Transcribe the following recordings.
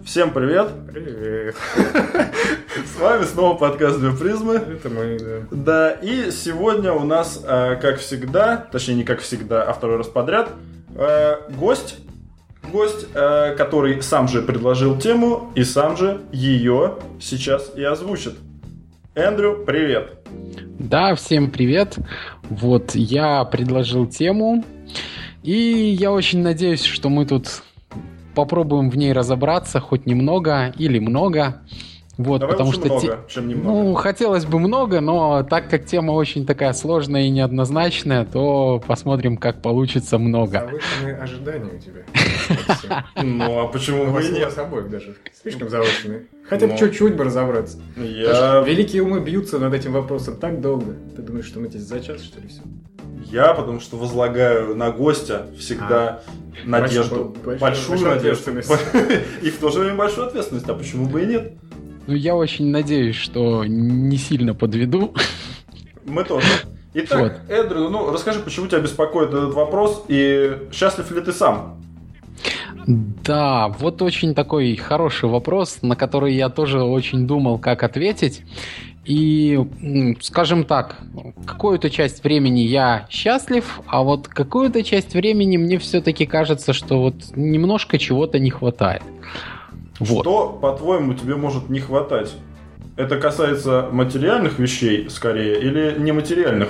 Всем привет! Привет! С вами снова подкаст «Две призмы». Это мы, да. Да, и сегодня у нас, как всегда, точнее не как всегда, а второй раз подряд, гость, который сам же предложил тему и сам же ее сейчас и озвучит. Эндрю, привет! Да, всем привет! Вот, я предложил тему, и я очень надеюсь, что мы тут попробуем в ней разобраться хоть немного или много. Вот, давай потому лучше что много, чем немного. Ну, хотелось бы много, но так как тема очень такая сложная и неоднозначная, то посмотрим, как получится много. Завышенные ожидания у тебя. Ну, а почему бы и У нет? вас обоих даже. Слишком завышенные. Хотя бы чуть-чуть бы разобраться. Я... Великие умы бьются над этим вопросом так долго. Ты думаешь, что мы здесь за час, что ли, все? Я, потому что возлагаю на гостя всегда надежду, большую надежду. И в то же время большую ответственность, а почему бы и нет? Ну, я очень надеюсь, что не сильно подведу. Мы тоже. Итак, вот. Эндрю, ну расскажи, почему тебя беспокоит этот вопрос и счастлив ли ты сам? Да, вот очень такой хороший вопрос, на который я тоже очень думал, как ответить. И, скажем так, какую-то часть времени я счастлив, а вот какую-то часть времени мне все-таки кажется, что вот немножко чего-то не хватает. Вот. Что, по-твоему, тебе может не хватать? Это касается материальных вещей, скорее, или нематериальных?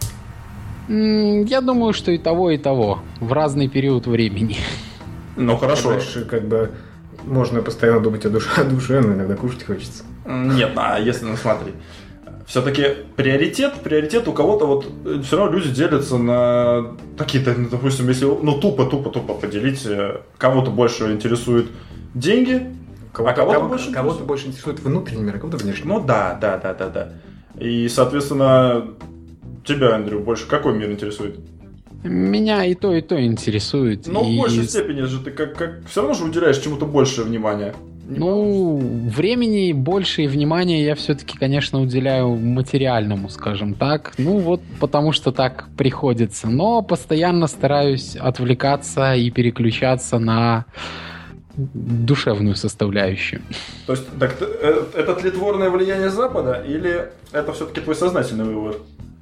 Я думаю, что и того, в разный период времени. Ну, хорошо. Знаешь, как бы можно постоянно думать о душе, но иногда кушать хочется. Нет, если, ну смотри. Все-таки приоритет у кого-то вот все равно люди делятся на какие-то, допустим, если тупо поделить, кого-то больше интересует деньги, кого-то больше интересует внутренний мир, а кого-то внешний. Ну да. И, соответственно, тебя, Андрю, больше какой мир интересует? Меня и то интересует. Но в большей степени же ты как все равно же уделяешь чему-то больше внимания. Ну, времени больше и внимания я все-таки, конечно, уделяю материальному, скажем так. Ну, вот потому что так приходится. Но постоянно стараюсь отвлекаться и переключаться на душевную составляющую. То есть, так, это тлетворное влияние Запада или это все-таки твой сознательный вывод?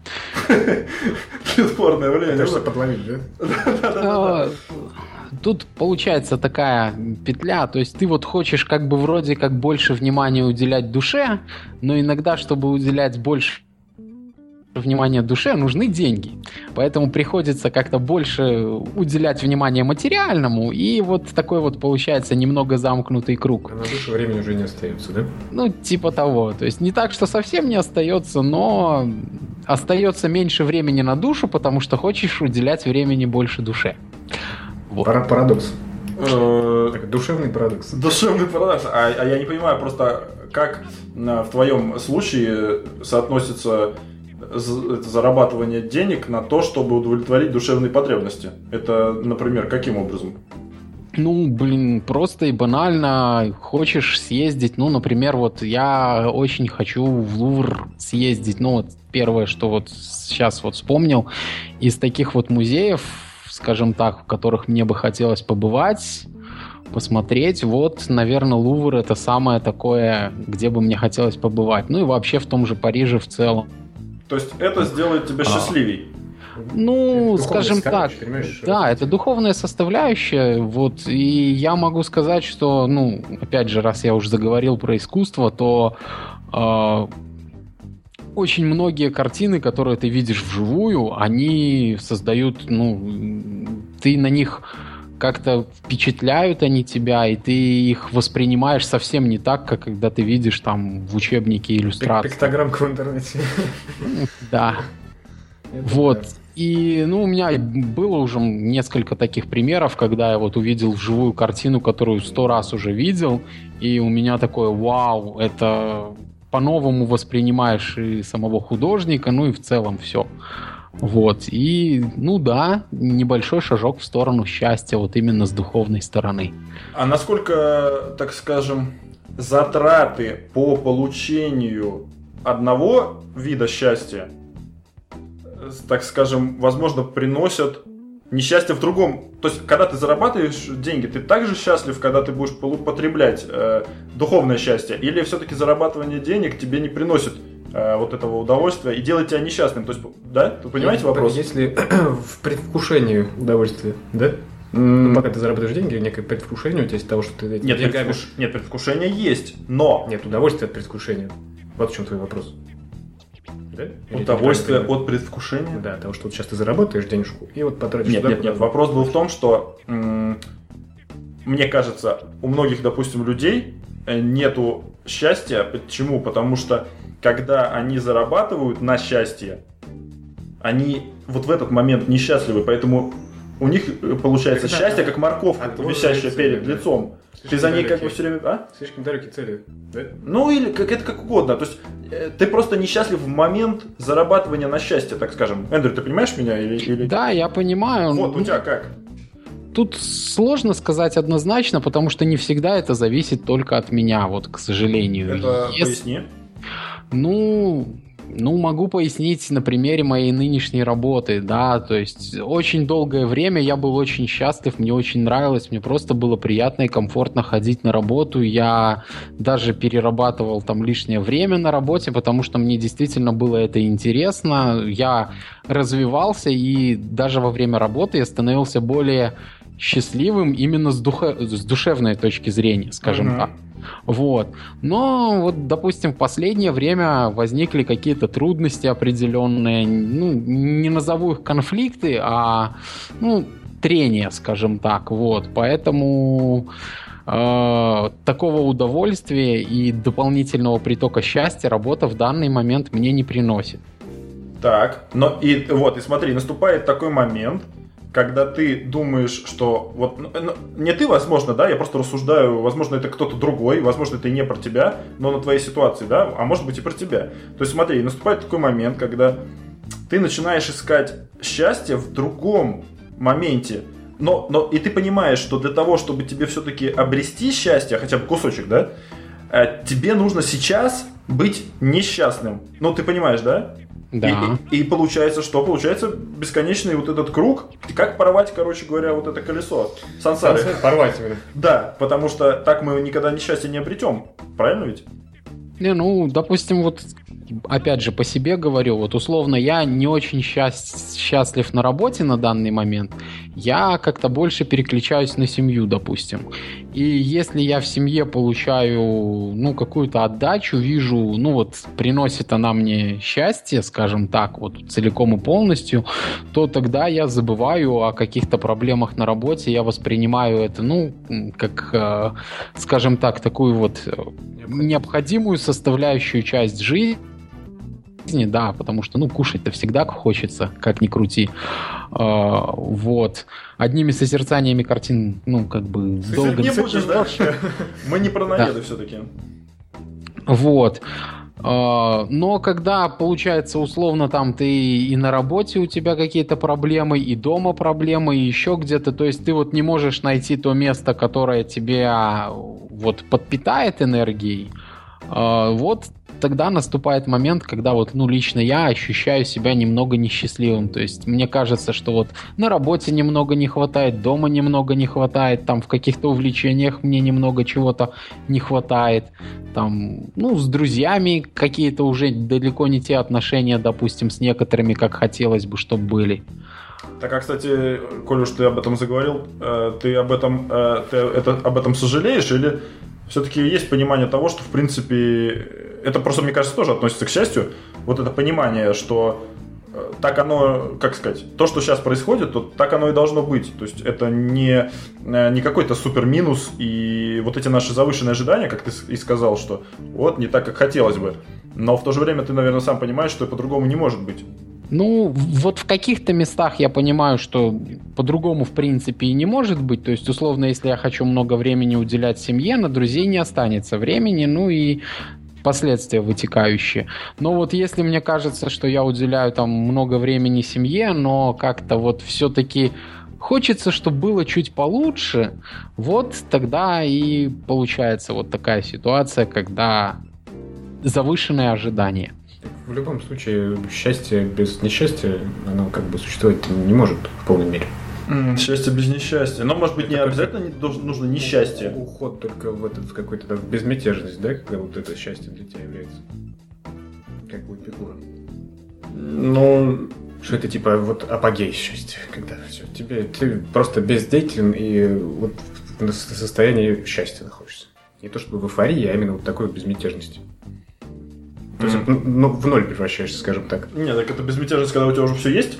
Тлетворное влияние. Это что подловить, да? Да. Тут получается такая петля, то есть ты вот хочешь как бы вроде как больше внимания уделять душе, но иногда, чтобы уделять больше внимания душе, нужны деньги. Поэтому приходится как-то больше уделять внимание материальному, и вот такой вот получается немного замкнутый круг. А на душу времени уже не остается, да? Ну, типа того. То есть не так, что совсем не остается, но остается меньше времени на душу, потому что хочешь уделять времени больше душе. Вот. Парадокс. Душевный парадокс. Душевный парадокс. А я не понимаю просто, как в твоем случае соотносится зарабатывание денег на то, чтобы удовлетворить душевные потребности. Это, например, каким образом? Ну, просто и банально. Хочешь съездить, ну, например, вот я очень хочу в Лувр съездить. Ну, вот первое, что вот сейчас вот вспомнил, из таких вот музеев, скажем так, в которых мне бы хотелось побывать, посмотреть, вот, наверное, Лувр — это самое такое, где бы мне хотелось побывать. Ну и вообще в том же Париже в целом. То есть это сделает тебя счастливей? Ну, скажем так, да, это духовная составляющая, вот, и я могу сказать, что, ну, опять же, раз я уже заговорил про искусство, то очень многие картины, которые ты видишь вживую, они создают, ну, ты на них как-то впечатляют они тебя, и ты их воспринимаешь совсем не так, как когда ты видишь там в учебнике иллюстрации. Пиктограммка в интернете. Да. Вот. И, ну, у меня было уже несколько таких примеров, когда я вот увидел вживую картину, которую 100 раз уже видел, и у меня такое: вау, это по-новому воспринимаешь и самого художника, ну и в целом все. Вот, и, ну да, небольшой шажок в сторону счастья, вот именно с духовной стороны. А насколько, так скажем, затраты по получению одного вида счастья, так скажем, возможно, приносят несчастье в другом. То есть, когда ты зарабатываешь деньги, ты также счастлив, когда ты будешь потреблять духовное счастье? Или все-таки зарабатывание денег тебе не приносит вот этого удовольствия и делает тебя несчастным? То есть, да? Вы понимаете вопрос? Если в предвкушении удовольствия, да? Ну, пока ты зарабатываешь деньги, некое предвкушение у тебя есть того, что ты... Нет, предвкушение есть, но... Нет, удовольствие от предвкушения. Вот в чем твой вопрос. Да? Удовольствие от предвкушения? Да, того, что вот сейчас ты заработаешь денежку и вот потратишь... Нет, вопрос был в том, что мне кажется, у многих, допустим, людей нету счастья. Почему? Потому что когда они зарабатывают на счастье, они вот в этот момент несчастливы, поэтому у них получается счастье, как морковка, висящая перед лицом. Ты за ней как бы все время... Слишком далекие цели, да? Ну, или это как угодно. То есть, ты просто несчастлив в момент зарабатывания на счастье, так скажем. Эндрю, ты понимаешь меня? Или... Да, я понимаю. Вот, у тебя как? Тут сложно сказать однозначно, потому что не всегда это зависит только от меня, вот, к сожалению. Это поясни. Ну, могу пояснить на примере моей нынешней работы, да, то есть очень долгое время я был очень счастлив, мне очень нравилось, мне просто было приятно и комфортно ходить на работу, я даже перерабатывал там лишнее время на работе, потому что мне действительно было это интересно, я развивался и даже во время работы я становился более счастливым именно с душевной точки зрения, скажем так. Вот. Но вот, допустим, в последнее время возникли какие-то трудности определенные, ну, не назову их конфликты, а, ну, трения, скажем так, вот. Поэтому такого удовольствия и дополнительного притока счастья работа в данный момент мне не приносит. Так, но и смотри, наступает такой момент, когда ты думаешь, что вот не ты, возможно, да, я просто рассуждаю, возможно, это кто-то другой, возможно, это и не про тебя, но на твоей ситуации, да, а может быть и про тебя. То есть смотри, наступает такой момент, когда ты начинаешь искать счастье в другом моменте, но и ты понимаешь, что для того, чтобы тебе все-таки обрести счастье, хотя бы кусочек, да, тебе нужно сейчас быть несчастным. Ну, ты понимаешь, да? Да. И получается что? Получается бесконечный вот этот круг. Как порвать, короче говоря, вот это колесо сансары. Порвать именно. Да, потому что так мы никогда счастья не обретем. Правильно ведь? Не, ну, допустим, вот опять же по себе говорю, вот условно я не очень счастлив на работе на данный момент, я как-то больше переключаюсь на семью, допустим. И если я в семье получаю, ну, какую-то отдачу, вижу, ну, вот, приносит она мне счастье, скажем так, вот, целиком и полностью, то тогда я забываю о каких-то проблемах на работе, я воспринимаю это, ну, как, скажем так, такую вот необходимую составляющую часть жизни, да, потому что, ну, кушать-то всегда хочется, как ни крути. Вот. Одними созерцаниями картин, ну, как бы, долго не будешь, да? Мы не про наеды все-таки. Вот. Но когда, получается, условно, там ты и на работе у тебя какие-то проблемы, и дома проблемы, и еще где-то, то есть ты вот не можешь найти то место, которое тебя вот подпитает энергией, вот тогда наступает момент, когда вот, ну, лично я ощущаю себя немного несчастливым. То есть мне кажется, что вот на работе немного не хватает, дома немного не хватает, там в каких-то увлечениях мне немного чего-то не хватает. Там, ну, с друзьями какие-то уже далеко не те отношения, допустим, с некоторыми, как хотелось бы, чтобы были. Так, а, кстати, коль уж ты об этом заговорил, ты об этом сожалеешь или все-таки есть понимание того, что, в принципе, это просто, мне кажется, тоже относится к счастью, вот это понимание, что так оно, как сказать, то, что сейчас происходит, то так оно и должно быть. То есть это не какой-то супер минус, и вот эти наши завышенные ожидания, как ты и сказал, что вот не так, как хотелось бы. Но в то же время ты, наверное, сам понимаешь, что по-другому не может быть. Ну, вот в каких-то местах я понимаю, что по-другому в принципе и не может быть. То есть, условно, если я хочу много времени уделять семье, на друзей не останется времени, ну и последствия вытекающие. Но вот если мне кажется, что я уделяю там много времени семье, но как-то вот все-таки хочется, чтобы было чуть получше, вот тогда и получается вот такая ситуация, когда завышенные ожидания. В любом случае, счастье без несчастья, оно как бы существовать не может в полной мере. Счастье без несчастья. Но, может быть, не обязательно нужно несчастье. Уход только в какую-то в безмятежность, да, когда вот это счастье для тебя является. Как у Эпикура. Ну... Что это типа вот апогей счастья, когда все, ты просто бездеятелен и вот в состоянии счастья находишься. Не то чтобы в эйфории, а именно вот такой вот безмятежности. То есть в ноль превращаешься, скажем так. Нет, так это безмятежность, когда у тебя уже все есть?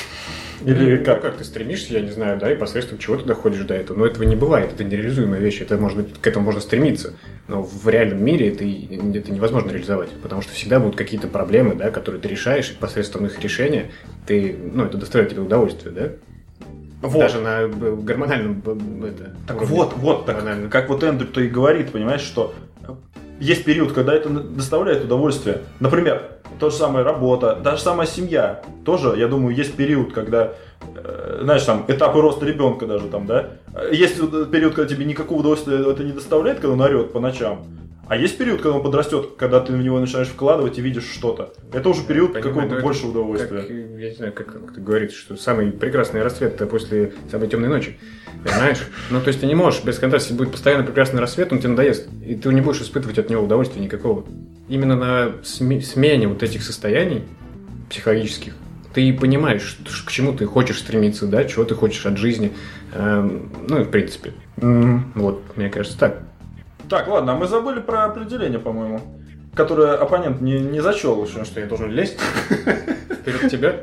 Или как? Как ты стремишься, я не знаю, да, и посредством чего ты доходишь до этого. Но этого не бывает, это нереализуемая вещь, это можно, к этому можно стремиться. Но в реальном мире это невозможно реализовать, потому что всегда будут какие-то проблемы, да, которые ты решаешь, и посредством их решения это доставляет тебе удовольствие, да? Вот. Даже на гормональном так уровне. Так, как вот Эндрю-то и говорит, понимаешь, что есть период, когда это доставляет удовольствие. Например, та же самая работа, даже самая семья. Тоже, я думаю, есть период, когда, знаешь, там, этапы роста ребенка даже там, да? Есть период, когда тебе никакого удовольствия это не доставляет, когда он орет по ночам. А есть период, когда он подрастет, когда ты в него начинаешь вкладывать и видишь что-то. Это уже период какого-то большего удовольствия. Я не знаю, как ты говоришь, что самый прекрасный рассвет это после самой темной ночи. Понимаешь? Ну, то есть ты не можешь без контраста, если будет постоянно прекрасный рассвет, он тебе надоест. И ты не будешь испытывать от него удовольствия никакого. Именно на смене вот этих состояний психологических ты понимаешь, к чему ты хочешь стремиться, да, чего ты хочешь от жизни. Ну, и в принципе. Вот, мне кажется, так. Так, ладно, а мы забыли про определение, по-моему, которое оппонент не зачел еще. Что, я должен лезть вперед тебя?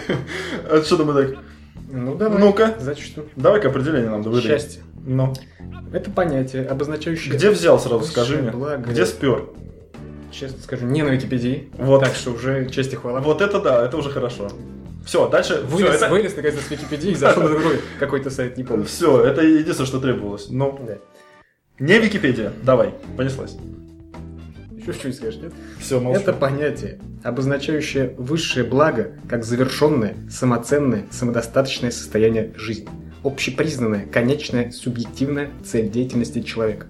А что мы так? Ну, давай. Ну-ка. Зачту. Давай-ка определение нам довели. Счастье. Ну. Это понятие, обозначающее... Где взял, сразу скажи мне. Благо. Где спер? Честно скажу, не на Википедии. Вот. Так что уже честь и хвала. Вот это да, это уже хорошо. Все, дальше... Вылез наконец-то с Википедии и зашел на другой какой-то сайт, не помню. Все, это единственное, что требовалось. Ну, да. Не Википедия. Давай, понеслась. Еще что-нибудь скажешь, нет? Все, молчу. Это понятие, обозначающее высшее благо как завершенное, самоценное, самодостаточное состояние жизни. Общепризнанная, конечная, субъективная цель деятельности человека.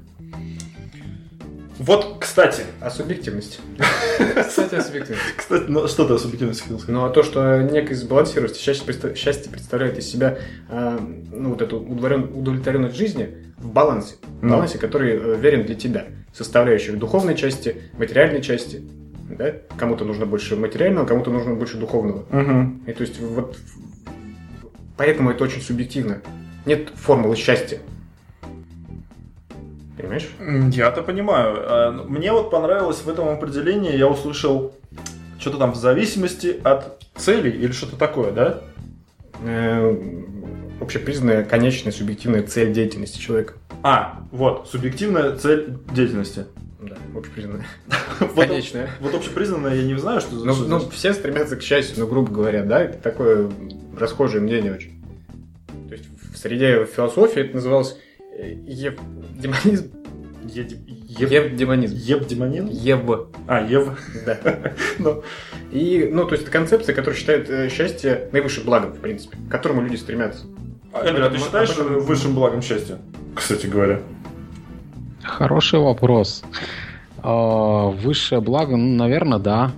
Вот, кстати. О субъективности. Кстати, о субъективности. Кстати, ну что ты о субъективности хотел сказать? Ну, а то, что некая сбалансированность, счастье представляет из себя вот эту удовлетворенность жизни в балансе. В балансе, который верен для тебя. Составляющих духовной части, материальной части. Да? Кому-то нужно больше материального, кому-то нужно больше духовного. Угу. И то есть вот поэтому это очень субъективно. Нет формулы счастья. Понимаешь? Я-то понимаю. Мне вот понравилось в этом определении, я услышал что-то там в зависимости от целей или что-то такое, да? Общепризнанная, конечная, субъективная цель деятельности человека. Вот, субъективная цель деятельности. Да, общепризнанная. Конечная. Вот общепризнанная я не знаю, что за... Ну, все стремятся к счастью, ну, грубо говоря, да? Это такое расхожее мнение очень. То есть в среде философии это называлось евдемонизм. Евдемонизм. Евдемонизм? Ев. Ев. Да. И, то есть это концепция, которая считает счастье наивысшим благом, в принципе, к которому люди стремятся. Эндрю, а ты считаешь высшим благом счастье? Кстати говоря. Хороший вопрос. Высшее благо, наверное, да.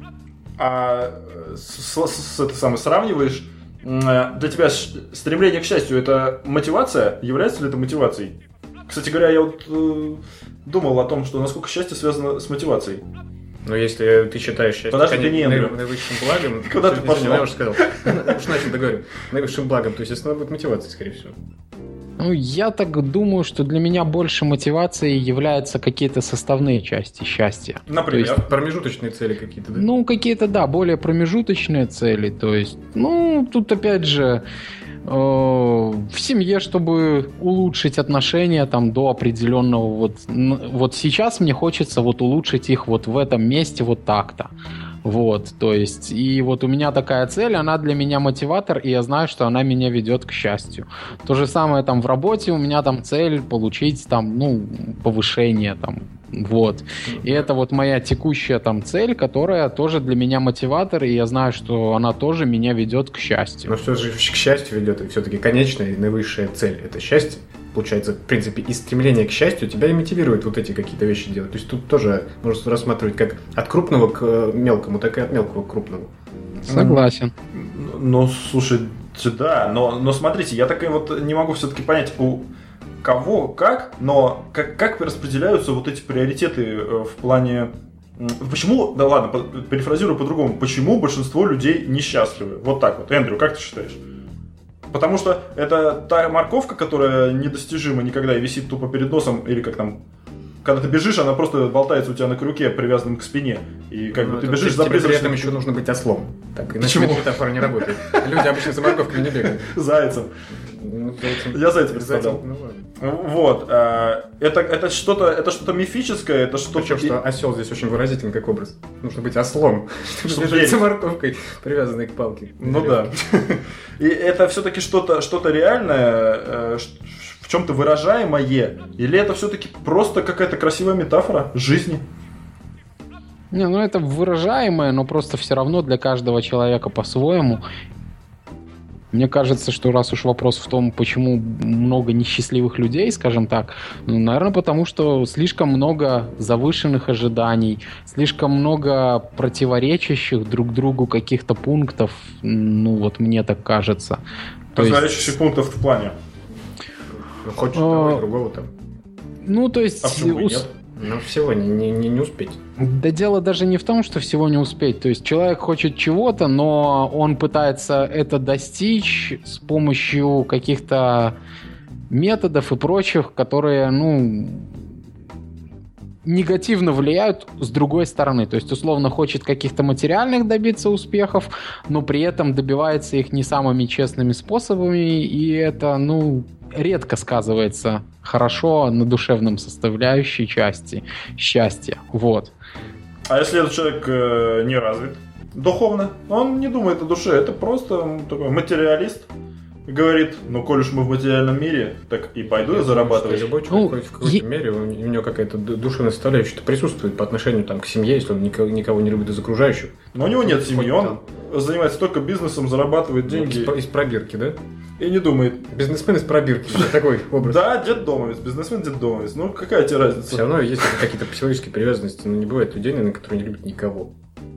Сравниваешь, для тебя стремление к счастью это мотивация? Является ли это мотивацией? Кстати говоря, я вот думал о том, что насколько счастье связано с мотивацией. Но если ты считаешь счастье наивысшим благом... Куда ты пошел? Я уже сказал. Уж начал договорю. Наивысшим благом, то есть это будет мотивация, скорее всего. Ну, я так думаю, что для меня больше мотивацией являются какие-то составные части счастья. Например? То есть промежуточные цели какие-то, да? Ну, какие-то, да, более промежуточные цели. То есть, тут опять же, в семье, чтобы улучшить отношения там до определенного вот сейчас мне хочется вот улучшить их вот в этом месте вот так-то. Вот, то есть, и вот у меня такая цель, она для меня мотиватор, и я знаю, что она меня ведет к счастью. То же самое там в работе, у меня там цель получить там, повышение там, вот. И это вот моя текущая там цель, которая тоже для меня мотиватор, и я знаю, что она тоже меня ведет к счастью. Но все же к счастью ведет, и все-таки конечная и наивысшая цель – это счастье. Получается, в принципе, и стремление к счастью тебя и мотивирует вот эти какие-то вещи делать. То есть тут тоже можно рассматривать как от крупного к мелкому, так и от мелкого к крупному. Согласен. Ну, слушай, Да, но смотрите, я так и вот не могу все-таки понять, у кого, как, но как распределяются вот эти приоритеты в плане... Почему, да ладно, перефразирую по-другому, почему большинство людей несчастливы? Вот так вот. Эндрю, как ты считаешь? Потому что это та морковка, которая недостижима никогда и висит тупо перед носом, или как там... Когда ты бежишь, она просто болтается у тебя на крюке, привязанном к спине. И как бы ты бежишь за призрачным... При этом еще нужно быть ослом. Так, иначе метафора не работает. Люди обычно за морковками не бегают. Зайцем. Я зайца представлял. Вот. Это что-то мифическое, это что-то... Причем, что осел здесь очень выразительный как образ. Нужно быть ослом, чтобы бежать за морковкой, привязанной к палке. Ну да. И это все-таки что-то реальное, в чем-то выражаемое, или это все-таки просто какая-то красивая метафора жизни? Не, ну это выражаемое, но просто все равно для каждого человека по-своему. Мне кажется, что раз уж вопрос в том, почему много несчастливых людей, скажем так, ну, наверное, потому что слишком много завышенных ожиданий, слишком много противоречащих друг другу каких-то пунктов, ну вот мне так кажется. Противоречащих пунктов в плане? Ну, хочешь того и другого там. Ну, то есть... А почему нет? Ну, всего не успеть. Да дело даже не в том, что всего не успеть. То есть человек хочет чего-то, но он пытается это достичь с помощью каких-то методов и прочих, которые, ну, негативно влияют с другой стороны. То есть, условно, хочет каких-то материальных добиться успехов, но при этом добивается их не самыми честными способами, и это, ну, редко сказывается хорошо на душевном составляющей части счастья. Вот. А если этот человек не развит духовно, он не думает о душе, это просто такой материалист. Говорит, ну, коль уж мы в материальном мире, так и пойду я зарабатывать. Любой человек в какой-то мере, у него какая-то душевная составляющая присутствует по отношению там, к семье, если он никого не любит из окружающих. Но у него нет семьи, он занимается только бизнесом, зарабатывает деньги. Из пробирки, да? И не думает. Бизнесмен из пробирки, такой образ. Да, детдомовец, бизнесмен детдомовец. Ну, какая тебе разница? Все равно есть какие-то психологические привязанности, но не бывает людей, наверное, которые не любят никого.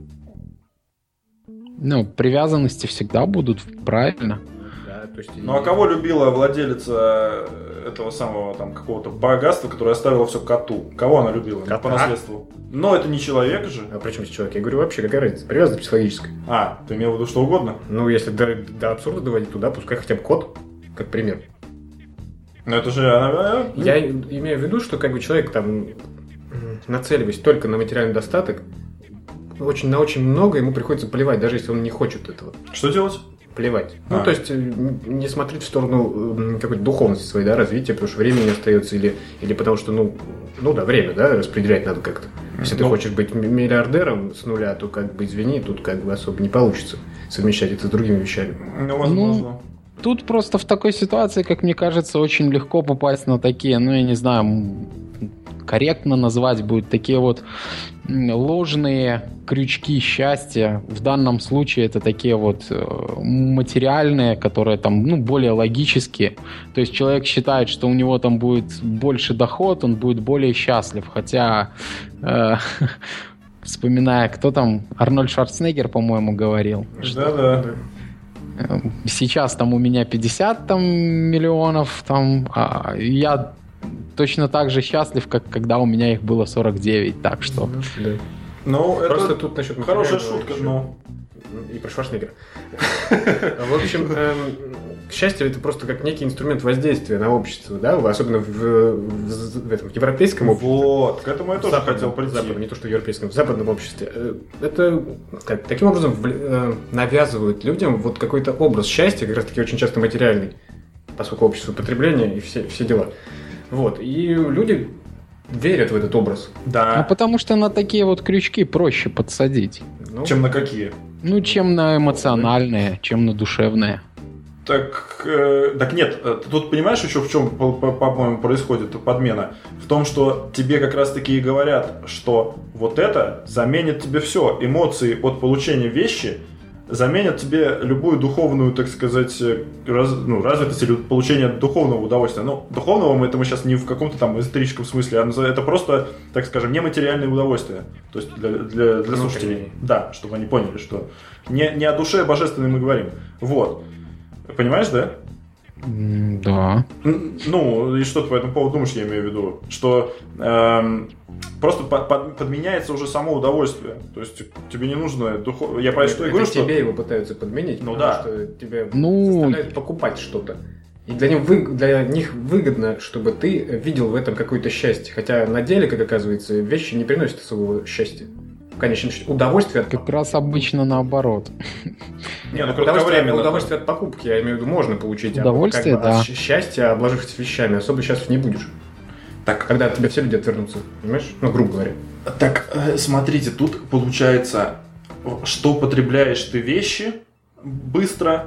Ну, привязанности всегда будут, правильно. То есть, ну, а кого любила владелица этого самого там какого-то богатства, которое оставила все коту? Кого она любила? Кота? По наследству. Но это не человек же. А при чем здесь человек? Я говорю, вообще какая разница? Привязанность психологическая. А, ты имел в виду что угодно? Ну, если до абсурда доводить туда, пускай хотя бы кот, как пример. Ну, это же она... Я имею в виду, что как бы человек там, нацеливаясь только на материальный достаток, на очень много ему приходится плевать, даже если он не хочет этого. Что делать? Плевать. Ну, то есть, не смотреть в сторону какой-то духовности своей, да, развития, потому что времени не остается, или потому что, ну да, время, да, распределять надо как-то. Если ты хочешь быть миллиардером с нуля, то, как бы, извини, тут как бы особо не получится совмещать это с другими вещами. Ну, возможно. Ну, тут просто в такой ситуации, как мне кажется, очень легко попасть на такие, ну, я не знаю, корректно назвать будет такие вот ложные крючки счастья. В данном случае это такие вот материальные, которые там, ну, более логические. То есть человек считает, что у него там будет больше доход, он будет более счастлив. Хотя, вспоминая, кто там, Арнольд Шварценеггер, по-моему, говорил. Да-да. Сейчас там у меня 50 там, миллионов, там, я точно так же счастлив, как когда у меня их было 49, так что... Да. Ну, просто это тут насчет хорошая шутка, но... И про Шварценеггера. В общем, счастье — это просто как некий инструмент воздействия на общество, да, особенно в этом европейском обществе. Вот, к этому я тоже хотел прийти. Не то, что в европейском, в западном обществе. Это таким образом навязывают людям вот какой-то образ счастья, как раз таки очень часто материальный, поскольку общество потребления и все дела. Вот, и люди верят в этот образ. Да. А потому что на такие вот крючки проще подсадить. Ну, чем на какие? Ну, чем на эмоциональные, чем на душевные. Так нет, тут понимаешь еще в чем, по-моему, происходит подмена? В том, что тебе как раз таки и говорят, что вот это заменит тебе все. Эмоции от получения вещи заменят тебе любую духовную, так сказать, развитость или получение духовного удовольствия. Ну, духовного мы сейчас не в каком-то там эзотерическом смысле, а это просто, так скажем, нематериальное удовольствие. То есть для слушателей. Да, чтобы они поняли, что не о душе божественной мы говорим. Вот. Понимаешь, да? Да. Ну, и что ты по этому поводу думаешь, я имею в виду? Что просто подменяется уже само удовольствие. То есть тебе не нужно Я понимаю, что я говорю, что... тебе его пытаются подменить, ну, потому да. что тебя заставляют покупать что-то. И для них выгодно, чтобы ты видел в этом какое-то счастье. Хотя на деле, как оказывается, вещи не приносят особого счастья. Конечно, удовольствие... Как раз обычно наоборот. Не, ну кратковременно. Удовольствие от покупки, я имею в виду, можно получить. Удовольствие, да. А счастье, обложившись вещами, особо счастлив не будешь. Так. Когда от тебя все люди отвернутся, понимаешь? Ну, грубо говоря. Так, смотрите, тут получается, что потребляешь ты вещи быстро.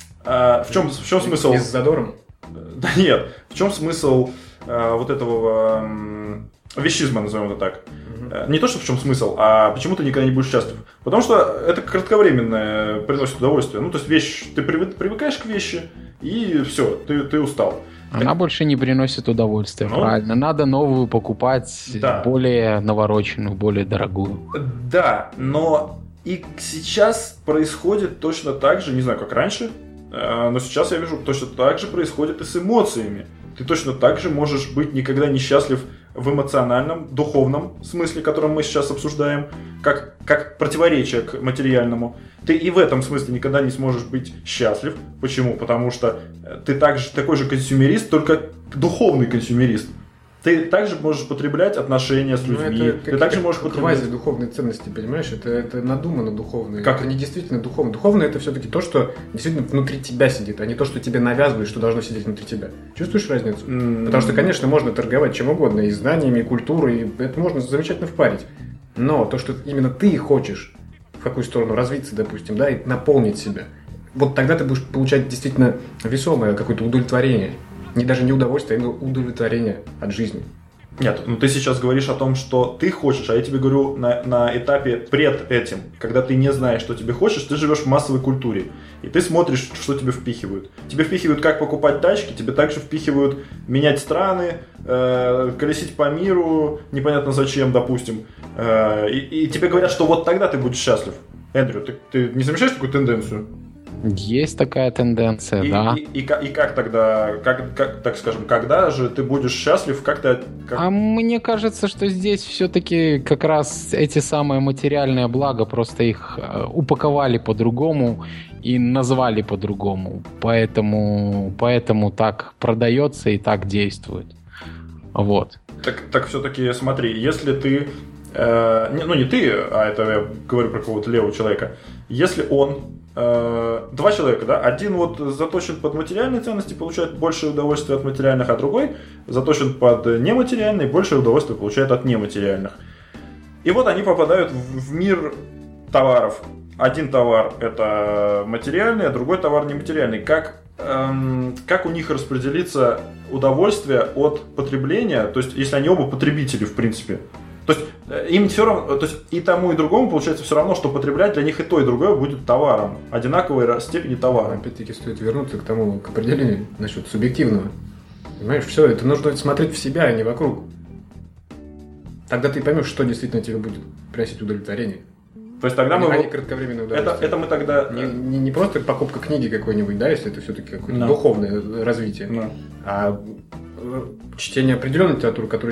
В чем смысл? И с задором? Да нет. В чем смысл вот этого вещизма, назовем это так? Не то, что в чем смысл, а почему ты никогда не будешь счастлив. Потому что это кратковременное приносит удовольствие. Ну, то есть вещь, ты привыкаешь к вещи, и все, ты устал. Она больше не приносит удовольствия, правильно. Надо новую покупать, да. Более навороченную, более дорогую. Да, но и сейчас происходит точно так же, не знаю, как раньше, но сейчас я вижу, точно так же происходит и с эмоциями. Ты точно так же можешь быть никогда не счастлив в эмоциональном, духовном смысле, который мы сейчас обсуждаем, как противоречие к материальному. Ты и в этом смысле никогда не сможешь быть счастлив. Почему? Потому что ты такой же консюмерист, только духовный консюмерист. Ты также можешь потреблять отношения с людьми. Ты также можешь потреблять квази-духовные ценности, понимаешь? Это надуманно духовные. Как? Это не действительно духовно. Духовное — это все-таки то, что действительно внутри тебя сидит, а не то, что тебе навязывают, что должно сидеть внутри тебя. Чувствуешь разницу? Потому что, конечно, можно торговать чем угодно, и знаниями, и культурой, и это можно замечательно впарить. Но то, что именно ты хочешь, в какую сторону развиться, допустим, да, и наполнить себя, вот тогда ты будешь получать действительно весомое какое-то удовлетворение. Даже не удовольствие, а удовлетворение от жизни. Нет, ну ты сейчас говоришь о том, что ты хочешь, а я тебе говорю на этапе пред этим, когда ты не знаешь, что тебе хочешь, ты живешь в массовой культуре, и ты смотришь, что тебе впихивают. Тебе впихивают, как покупать тачки, тебе также впихивают менять страны, колесить по миру, непонятно зачем, допустим, и тебе говорят, что вот тогда ты будешь счастлив. Эндрю, ты не замечаешь такую тенденцию? Есть такая тенденция, да. И как тогда, так скажем, когда же ты будешь счастлив, А мне кажется, что здесь все-таки как раз эти самые материальные блага, просто их упаковали по-другому и назвали по-другому. Поэтому так продается и так действует. Вот. Так все-таки смотри, если ты... не ты, а это я говорю про какого-то левого человека. Если он... Два человека, да? Один вот заточен под материальные ценности, получает большее удовольствие от материальных, а другой заточен под нематериальные, большее удовольствие получает от нематериальных. И вот они попадают в мир товаров. Один товар это материальный, а другой товар нематериальный. Как у них распределится удовольствие от потребления, то есть если они оба потребители, в принципе. То есть им все равно, то есть и тому, и другому получается все равно, что потреблять для них и то, и другое будет товаром, одинаковой степени товара. Опять-таки стоит вернуться к определению насчет субъективного. Понимаешь, все, это нужно смотреть в себя, а не вокруг. Тогда ты поймешь, что действительно тебе будет приносить удовлетворение. То есть тогда мы... кратковременное удовольствие. Это мы тогда... Не просто покупка книги какой-нибудь, да, если это все-таки какое-то духовное развитие, а чтение определенной литературы, которая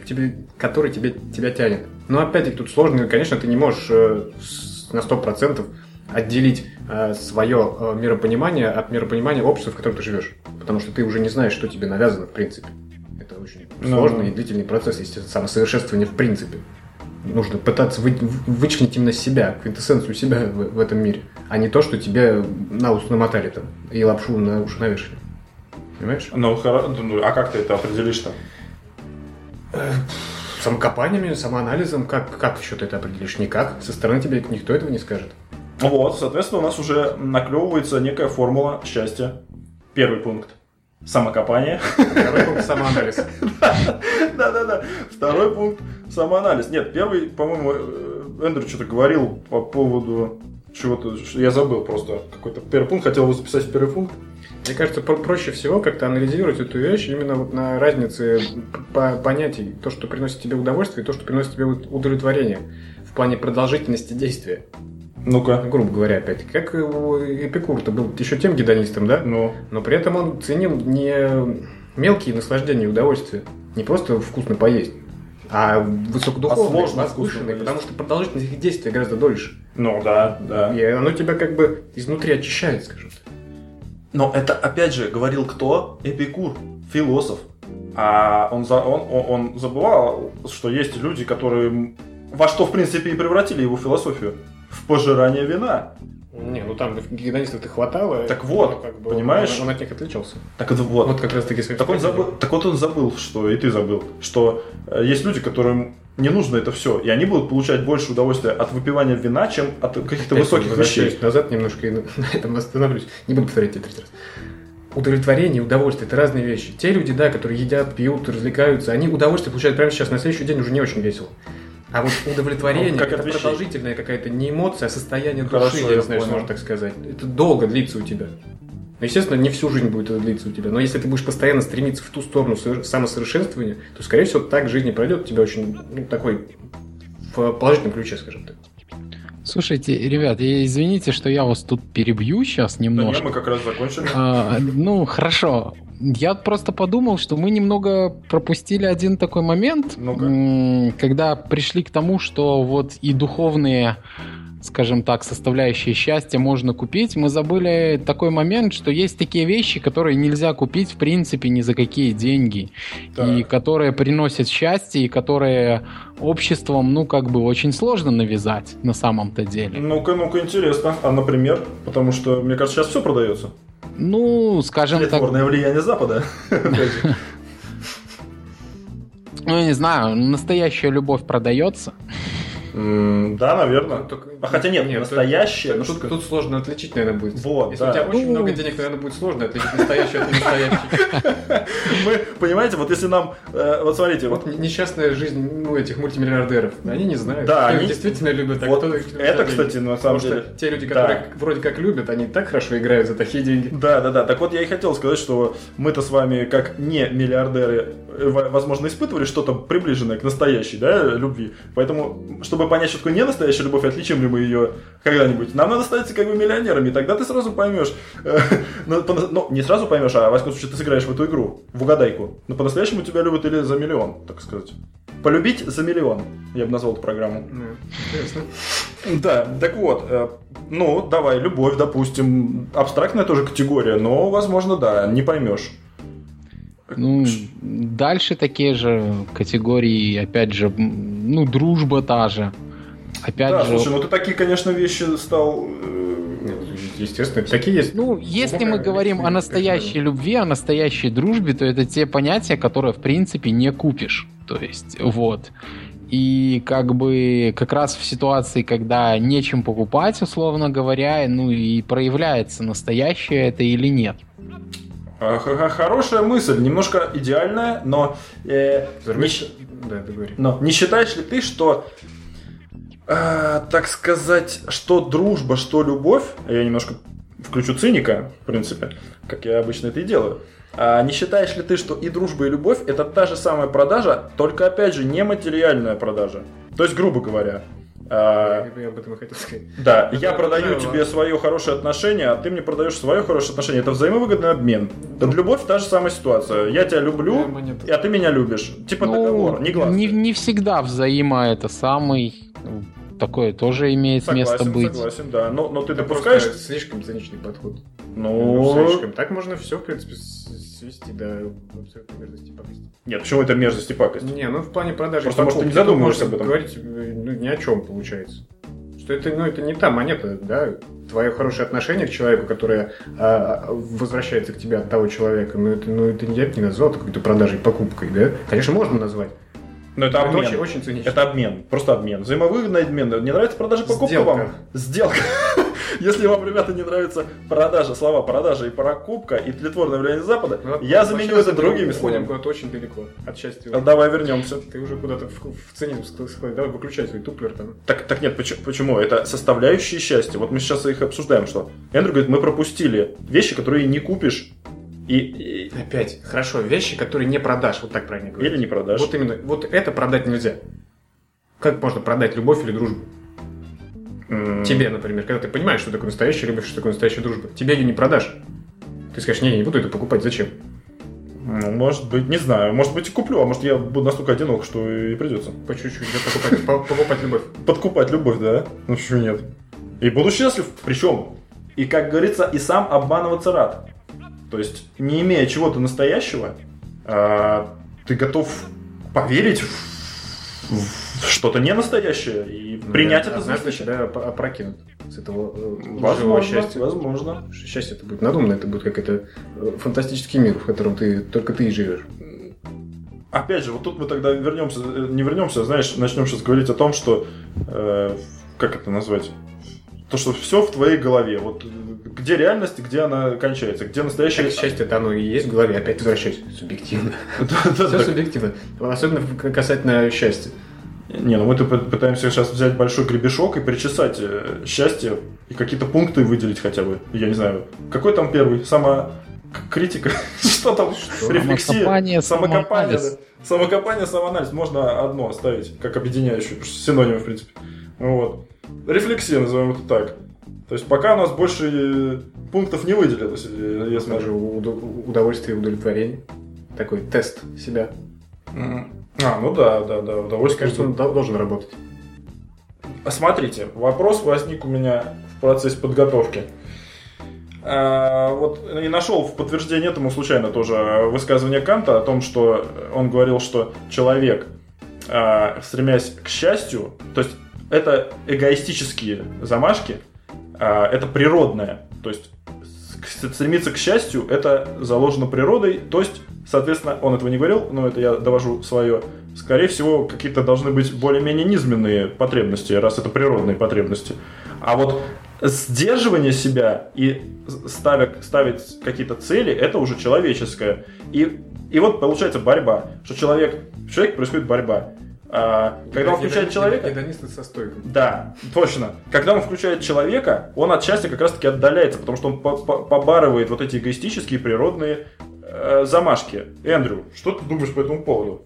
тебя тянет. Но опять-таки тут сложно, конечно, ты не можешь на 100% отделить свое миропонимание от миропонимания общества, в котором ты живешь. Потому что ты уже не знаешь, что тебе навязано в принципе. Это очень сложный и длительный процесс, естественно, самосовершенствования в принципе. Нужно пытаться вычленить именно себя, квинтэссенцию себя в этом мире, а не то, что тебе на ус намотали там и лапшу на уши навешали. Понимаешь? А как ты это определишь-то? Самокопаниями, самоанализом. Как еще ты это определишь? Никак. Со стороны тебе никто этого не скажет. Вот, соответственно, у нас уже наклевывается некая формула счастья. Первый пункт. Самокопание. Второй пункт – самоанализ. Да. Второй пункт – самоанализ. Нет, первый, по-моему, Эндрю что-то говорил по поводу чего-то. Я забыл просто какой-то первый пункт. Хотел его записать в первый пункт. Мне кажется, проще всего как-то анализировать эту вещь именно вот на разнице понятий. То, что приносит тебе удовольствие, и то, что приносит тебе удовлетворение. В плане продолжительности действия. Ну-ка. Грубо говоря, опять. Как Эпикур-то был еще тем гедонистом, да? Ну. Но при этом он ценил не мелкие наслаждения и удовольствия, не просто вкусно поесть, а высокодуховные, возвышенные, потому что продолжительность их действия гораздо дольше. Ну, да. И оно тебя как бы изнутри очищает, скажем так. Но это, опять же, говорил кто? Эпикур, философ. А он забывал, что есть люди, которые во что, в принципе, и превратили его философию. В пожирание вина. Не, ну там гедонистов-то хватало. Так вот, как бы, понимаешь? Он от них отличался. Так это вот. Вот как раз таки. Так вот он забыл, что и ты забыл, что есть люди, которым не нужно это все, и они будут получать больше удовольствия от выпивания вина, чем от каких-то высоких вещей. Назад немножко и на этом остановлюсь. Не буду повторять тебе 3 раз. Удовлетворение и удовольствие – это разные вещи. Те люди, да, которые едят, пьют, развлекаются, они удовольствие получают прямо сейчас, на следующий день уже не очень весело. А вот удовлетворение – это продолжительная какая-то не эмоция, а состояние души, я не знаю, что можно так сказать. Это долго длится у тебя. Ну, естественно, не всю жизнь будет это длиться у тебя, но если ты будешь постоянно стремиться в ту сторону самосовершенствования, то, скорее всего, так жизнь и пройдет у тебя очень, такой, в положительном ключе, скажем так. Слушайте, ребят, извините, что я вас тут перебью сейчас немножко. Да нет, мы как раз закончили. Ну, хорошо. Я просто подумал, что мы немного пропустили один такой момент, когда пришли к тому, что вот и духовные, скажем так, составляющие счастья можно купить. Мы забыли такой момент, что есть такие вещи, которые нельзя купить в принципе ни за какие деньги. Так. И которые приносят счастье, и которые обществом, очень сложно навязать на самом-то деле. Ну-ка, интересно. А, например? Потому что, мне кажется, сейчас все продается. Ну, скажем так... Тлетворное влияние Запада. Ну, я не знаю, настоящая любовь продается. Да, наверное. Хотя нет, настоящее. Тут сложно отличить, наверное, будет. Вот, если у тебя очень много денег, наверное, будет сложно отличить настоящее от ненастоящее. Мы, понимаете, вот если нам... Вот смотрите. Вот несчастная жизнь этих мультимиллиардеров. Они не знают. Да, они действительно любят. Вот это, кстати, на самом деле... Те люди, которые вроде как любят, они так хорошо играют за такие деньги. Да. Так вот, я и хотел сказать, что мы-то с вами, как не миллиардеры, возможно, испытывали что-то приближенное к настоящей, любви. Поэтому, чтобы понять, что такое не настоящая любовь, отличим ли мы ее когда-нибудь, нам надо стать как бы миллионерами, тогда ты сразу поймешь. Ну, не сразу поймешь, а в вашем случае ты сыграешь в эту игру, в угадайку. Но по-настоящему тебя любят или за миллион, так сказать. Полюбить за миллион, я бы назвал эту программу. Интересно. Да, так вот, давай, любовь, допустим, абстрактная тоже категория, но, возможно, да, не поймешь. Ну, дальше такие же категории, опять же, дружба та же. Опять же... слушай, ты такие, конечно, вещи стал... Естественно, такие есть. Если мы говорим о настоящей любви, о настоящей дружбе, то это те понятия, которые, в принципе, не купишь. То есть, вот. И как раз в ситуации, когда нечем покупать, условно говоря, и проявляется, настоящее это или нет. Хорошая мысль, немножко идеальная, но не считаешь ли ты, что, так сказать, что дружба, что любовь, я немножко включу циника, в принципе, как я обычно это и делаю, не считаешь ли ты, что и дружба, и любовь это та же самая продажа, только, опять же, не материальная продажа? То есть, грубо говоря... Я об этом и хотел сказать. Да, я продаю тебе свое хорошее отношение, а ты мне продаешь свое хорошее отношение. Это взаимовыгодный обмен. Любовь та же самая ситуация. Я тебя люблю, а ты меня любишь. Типа договор, негласный. Не всегда это самый... Такое тоже имеет место быть. Согласен, да. Но ты допускаешь... Слишком циничный подход. Слишком. Так можно все, в принципе, свести до абсолютной мерзости и пакости. Нет, почему это мерзость и пакость? В плане продажи. Просто, может, ты не задумываешься об этом. Говорить ни о чем получается. Что это не та монета, да? Твое хорошее отношение к человеку, которое возвращается к тебе от того человека, это не назвал какой-то продажей, покупкой, да? Конечно, можно назвать. Но это обмен. Очень цинично. Это обмен, просто обмен. Взаимовыгодный обмен. Не нравится продажа, покупка вам? Сделка. Если вам, ребята, не нравятся слова продажа и покупка, и тлетворное влияние Запада, я заменю это другими словами. Куда-то очень далеко от счастья. Давай вернемся. Ты уже куда-то в цинизм склонен. Давай выключай свой туплер там. Так нет, почему? Это составляющие счастья. Вот мы сейчас их обсуждаем, что Эндрю говорит, мы пропустили вещи, которые не купишь. Опять, хорошо, вещи, которые не продашь, вот так правильно говорить. Или не продашь. Вот именно, вот это продать нельзя. Как можно продать любовь или дружбу? Тебе, например, когда ты понимаешь, что такое настоящая любовь, что такое настоящая дружба, тебе ее не продашь. Ты скажешь, не буду это покупать, зачем? Ну, может быть, не знаю. Может быть, и куплю, а может, я буду настолько одинок, что и придется. По чуть-чуть, покупать любовь. Подкупать любовь, да? Ну, почему нет? И буду счастлив, причем, и, как говорится, и сам обманываться рад. То есть, не имея чего-то настоящего, ты готов поверить в что-то ненастоящее и принять это за настоящее. Тебя опрокинут с этого возможно, счастья. Возможно. Счастье это будет надуманно, это будет какой-то фантастический мир, в котором только ты и живешь. Опять же, вот тут мы тогда не вернемся, знаешь, начнем сейчас говорить о том, что, как это назвать, то, что все в твоей голове. Вот где реальность, где она кончается, где настоящее... Так, счастье-то оно и есть в голове, опять возвращаюсь. Субъективно. Все субъективно. Особенно касательно счастья. Не, ну мы-то пытаемся сейчас взять большой гребешок и причесать счастье и какие-то пункты выделить хотя бы. Я не знаю, какой там первый? Самокритика? Что там? Рефлексия? Самокопание. Самокопание, самоанализ. Можно одно оставить, как объединяющее, потому что синонимы, в принципе. Вот. Рефлексия, назовем это так. То есть пока у нас больше пунктов не выделилось, я смотрю. Удовольствие и удовлетворение. Такой тест себя. Ну да, удовольствие. Кажется, он должен работать. Смотрите, вопрос возник у меня в процессе подготовки. Вот и нашел в подтверждение этому случайно тоже высказывание Канта о том, что он говорил, что человек, стремясь к счастью, то есть это эгоистические замашки, это природное, то есть стремиться к счастью, это заложено природой, то есть, соответственно, он этого не говорил, но это я довожу свое. Скорее всего, какие-то должны быть более-менее низменные потребности, раз это природные потребности. А вот сдерживание себя и ставить какие-то цели, это уже человеческое. И вот получается борьба, что в человеке происходит борьба. Когда он включает человека... Гедонисты со стойком. Да, точно. Когда он включает человека, он от счастья как раз-таки отдаляется, потому что он побарывает вот эти эгоистические природные замашки. Эндрю, что ты думаешь по этому поводу?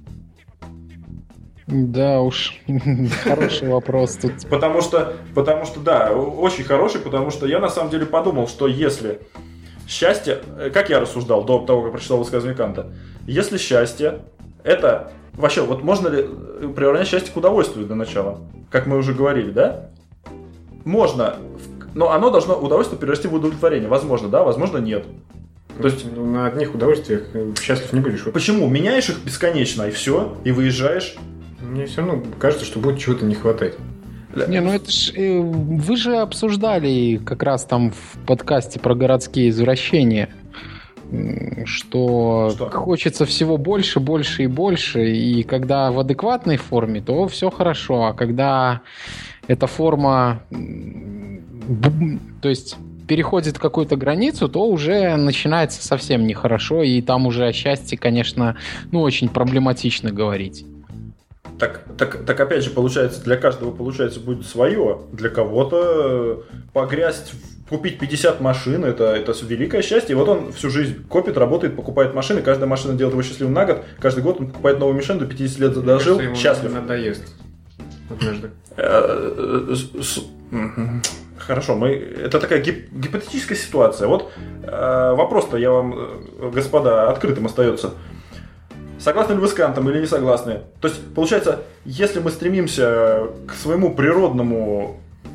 Да уж, хороший вопрос тут. Потому что, да, очень хороший, потому что я на самом деле подумал, что если счастье, как я рассуждал до того, как прочитал высказывание Канта, если счастье это... Вообще, вот можно ли приравнять счастье к удовольствию для начала? Как мы уже говорили, да? Можно, но оно должно удовольствие перерасти в удовлетворение. Возможно, да, возможно, нет. То есть на одних удовольствиях счастлив не будешь. Почему? Меняешь их бесконечно, и все, и выезжаешь. Мне все равно кажется, что будет чего-то не хватать. Не, ну это ж... Вы же обсуждали как раз там в подкасте про городские извращения, что хочется всего больше, больше и больше, и когда в адекватной форме, то все хорошо, а когда эта форма, то есть переходит какую-то границу, то уже начинается совсем нехорошо, и там уже о счастье, конечно, очень проблематично говорить. Так опять же, получается, для каждого будет свое. Для кого-то погрязть, купить 50 машин, это великое счастье. И вот он всю жизнь копит, работает, покупает машины. Каждая машина делает его счастливым на год. Каждый год он покупает новую машину, до 50 лет дожил, счастлив. Надоест. Однажды. Хорошо, это такая гипотетическая ситуация. Вот вопрос-то я вам, господа, открытым остается. Согласны ли вы с Кантом или не согласны? То есть, получается, если мы стремимся к своему природному,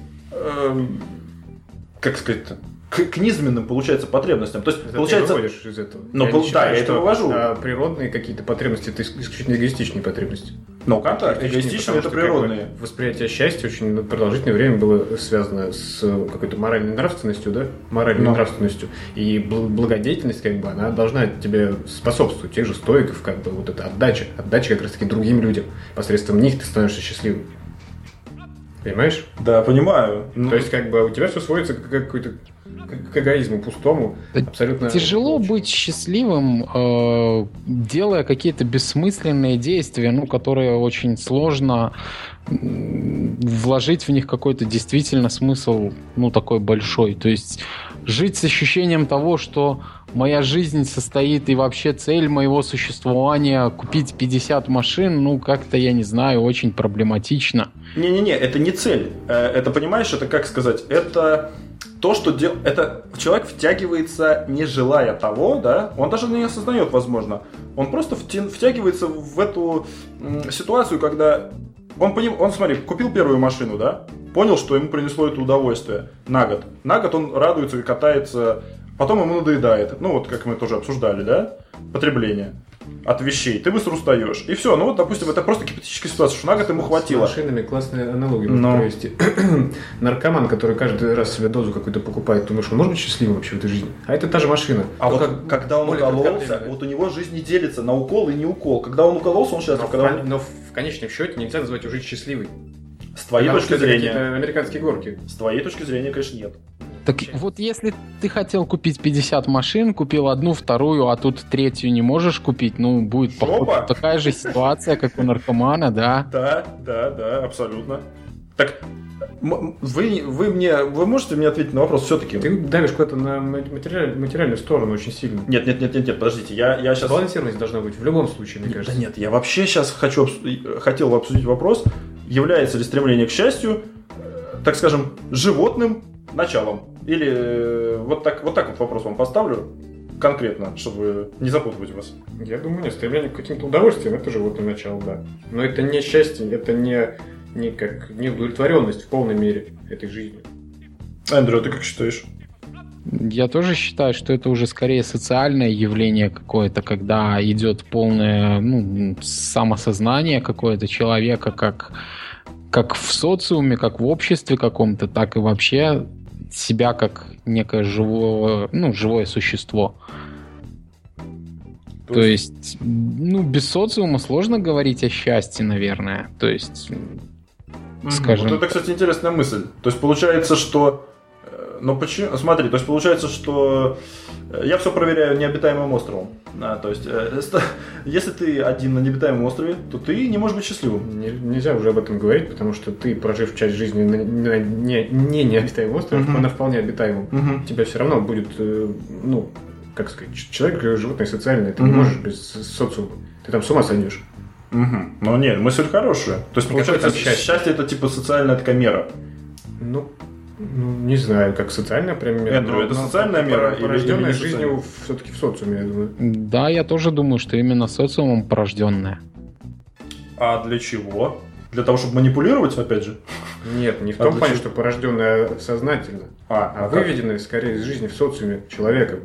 как сказать-то, к низменным, получается, потребностям. То есть, это получается... ты выводишь из этого. Я это вывожу. Природные какие-то потребности – это исключительно эгоистичные потребности. Но у Канта эгоистичные – это природные. Восприятие счастья очень продолжительное время было связано с какой-то моральной нравственностью, да? Моральной нравственностью. И благодетельность, она должна тебе способствовать. Тех же стоиков, вот эта отдача как раз-таки другим людям. Посредством них ты становишься счастливым. Понимаешь? Да, понимаю. То есть, у тебя все сводится к эгоизму пустому. Абсолютно. Тяжело быть счастливым, делая какие-то бессмысленные действия, которые очень сложно вложить в них какой-то действительно смысл, такой большой. То есть жить с ощущением того, что моя жизнь состоит и вообще цель моего существования купить 50 машин, ну, как-то, я не знаю, очень проблематично. Не-не-не, это не цель. Это, понимаешь, это как сказать, это то, что это человек втягивается, не желая того, да, он даже не осознает, возможно. Он просто втягивается в эту ситуацию, когда он, смотри, купил первую машину, да, понял, что ему принесло это удовольствие на год. На год он радуется и катается, потом ему надоедает. Ну, вот как мы тоже обсуждали, да, потребление от вещей. Ты быстро устаешь. И все, ну вот, допустим, это просто гипотетическая ситуация, что на год ему хватило. С машинами классная аналогия можно провести. Наркоман, который каждый раз себе дозу какую-то покупает, думаешь, он может быть счастливым вообще в этой жизни? А это та же машина. А вот когда он укололся, вот у него жизнь не делится на укол и не укол. Когда он укололся, он счастлив. Но в конечном счете нельзя назвать его жизнь счастливой. С твоей точки зрения. Американские горки. С твоей точки зрения, конечно, нет. Так вот, если ты хотел купить 50 машин, купил одну, вторую, а тут третью не можешь купить, ну, будет такая же ситуация, как у наркомана, да? Да, абсолютно. Так, вы можете мне ответить на вопрос все-таки? Ты давишь куда-то на материальную сторону очень сильно. Нет, подождите, я сейчас... Балансированность должна быть в любом случае, мне кажется. Да нет, я вообще сейчас хотел обсудить вопрос, является ли стремление к счастью, так скажем, животным началом. Или вот так вот вопрос вам поставлю конкретно, чтобы не запутывать вас. Я думаю, нет, стремление к каким-то удовольствиям это животное начало, да. Но это не счастье, это не удовлетворенность в полной мере этой жизни. Эндрю, ты как считаешь? Я тоже считаю, что это уже скорее социальное явление какое-то, когда идет полное самосознание какое-то человека, как в социуме, как в обществе каком-то, так и вообще себя как некое живое существо. То есть, без социума сложно говорить о счастье, наверное. То есть, скажем... Вот это, кстати, интересная мысль. То есть, получается, что... почему? Смотри, то есть, получается, что... Я все проверяю необитаемым островом. То есть, если ты один на необитаемом острове, то ты не можешь быть счастливым. Нельзя уже об этом говорить, потому что ты, прожив часть жизни на не необитаемом острове, на вполне обитаемом, тебя все равно будет, как сказать, человек животное социальное, ты не можешь без социума. Ты там с ума сойдешь. Ну нет, мысль хорошая. То есть, получается, счастье это типа социальная такая мера. Не знаю, как социальная прям мера. Эндрю, это социальная мера порожденная жизнью все-таки в социуме, я думаю. Да, я тоже думаю, что именно социумом порожденная. А для чего? Для того, чтобы манипулировать, опять же? Нет, не в том плане, что порожденная сознательно, а выведенная скорее из жизни в социуме человеком.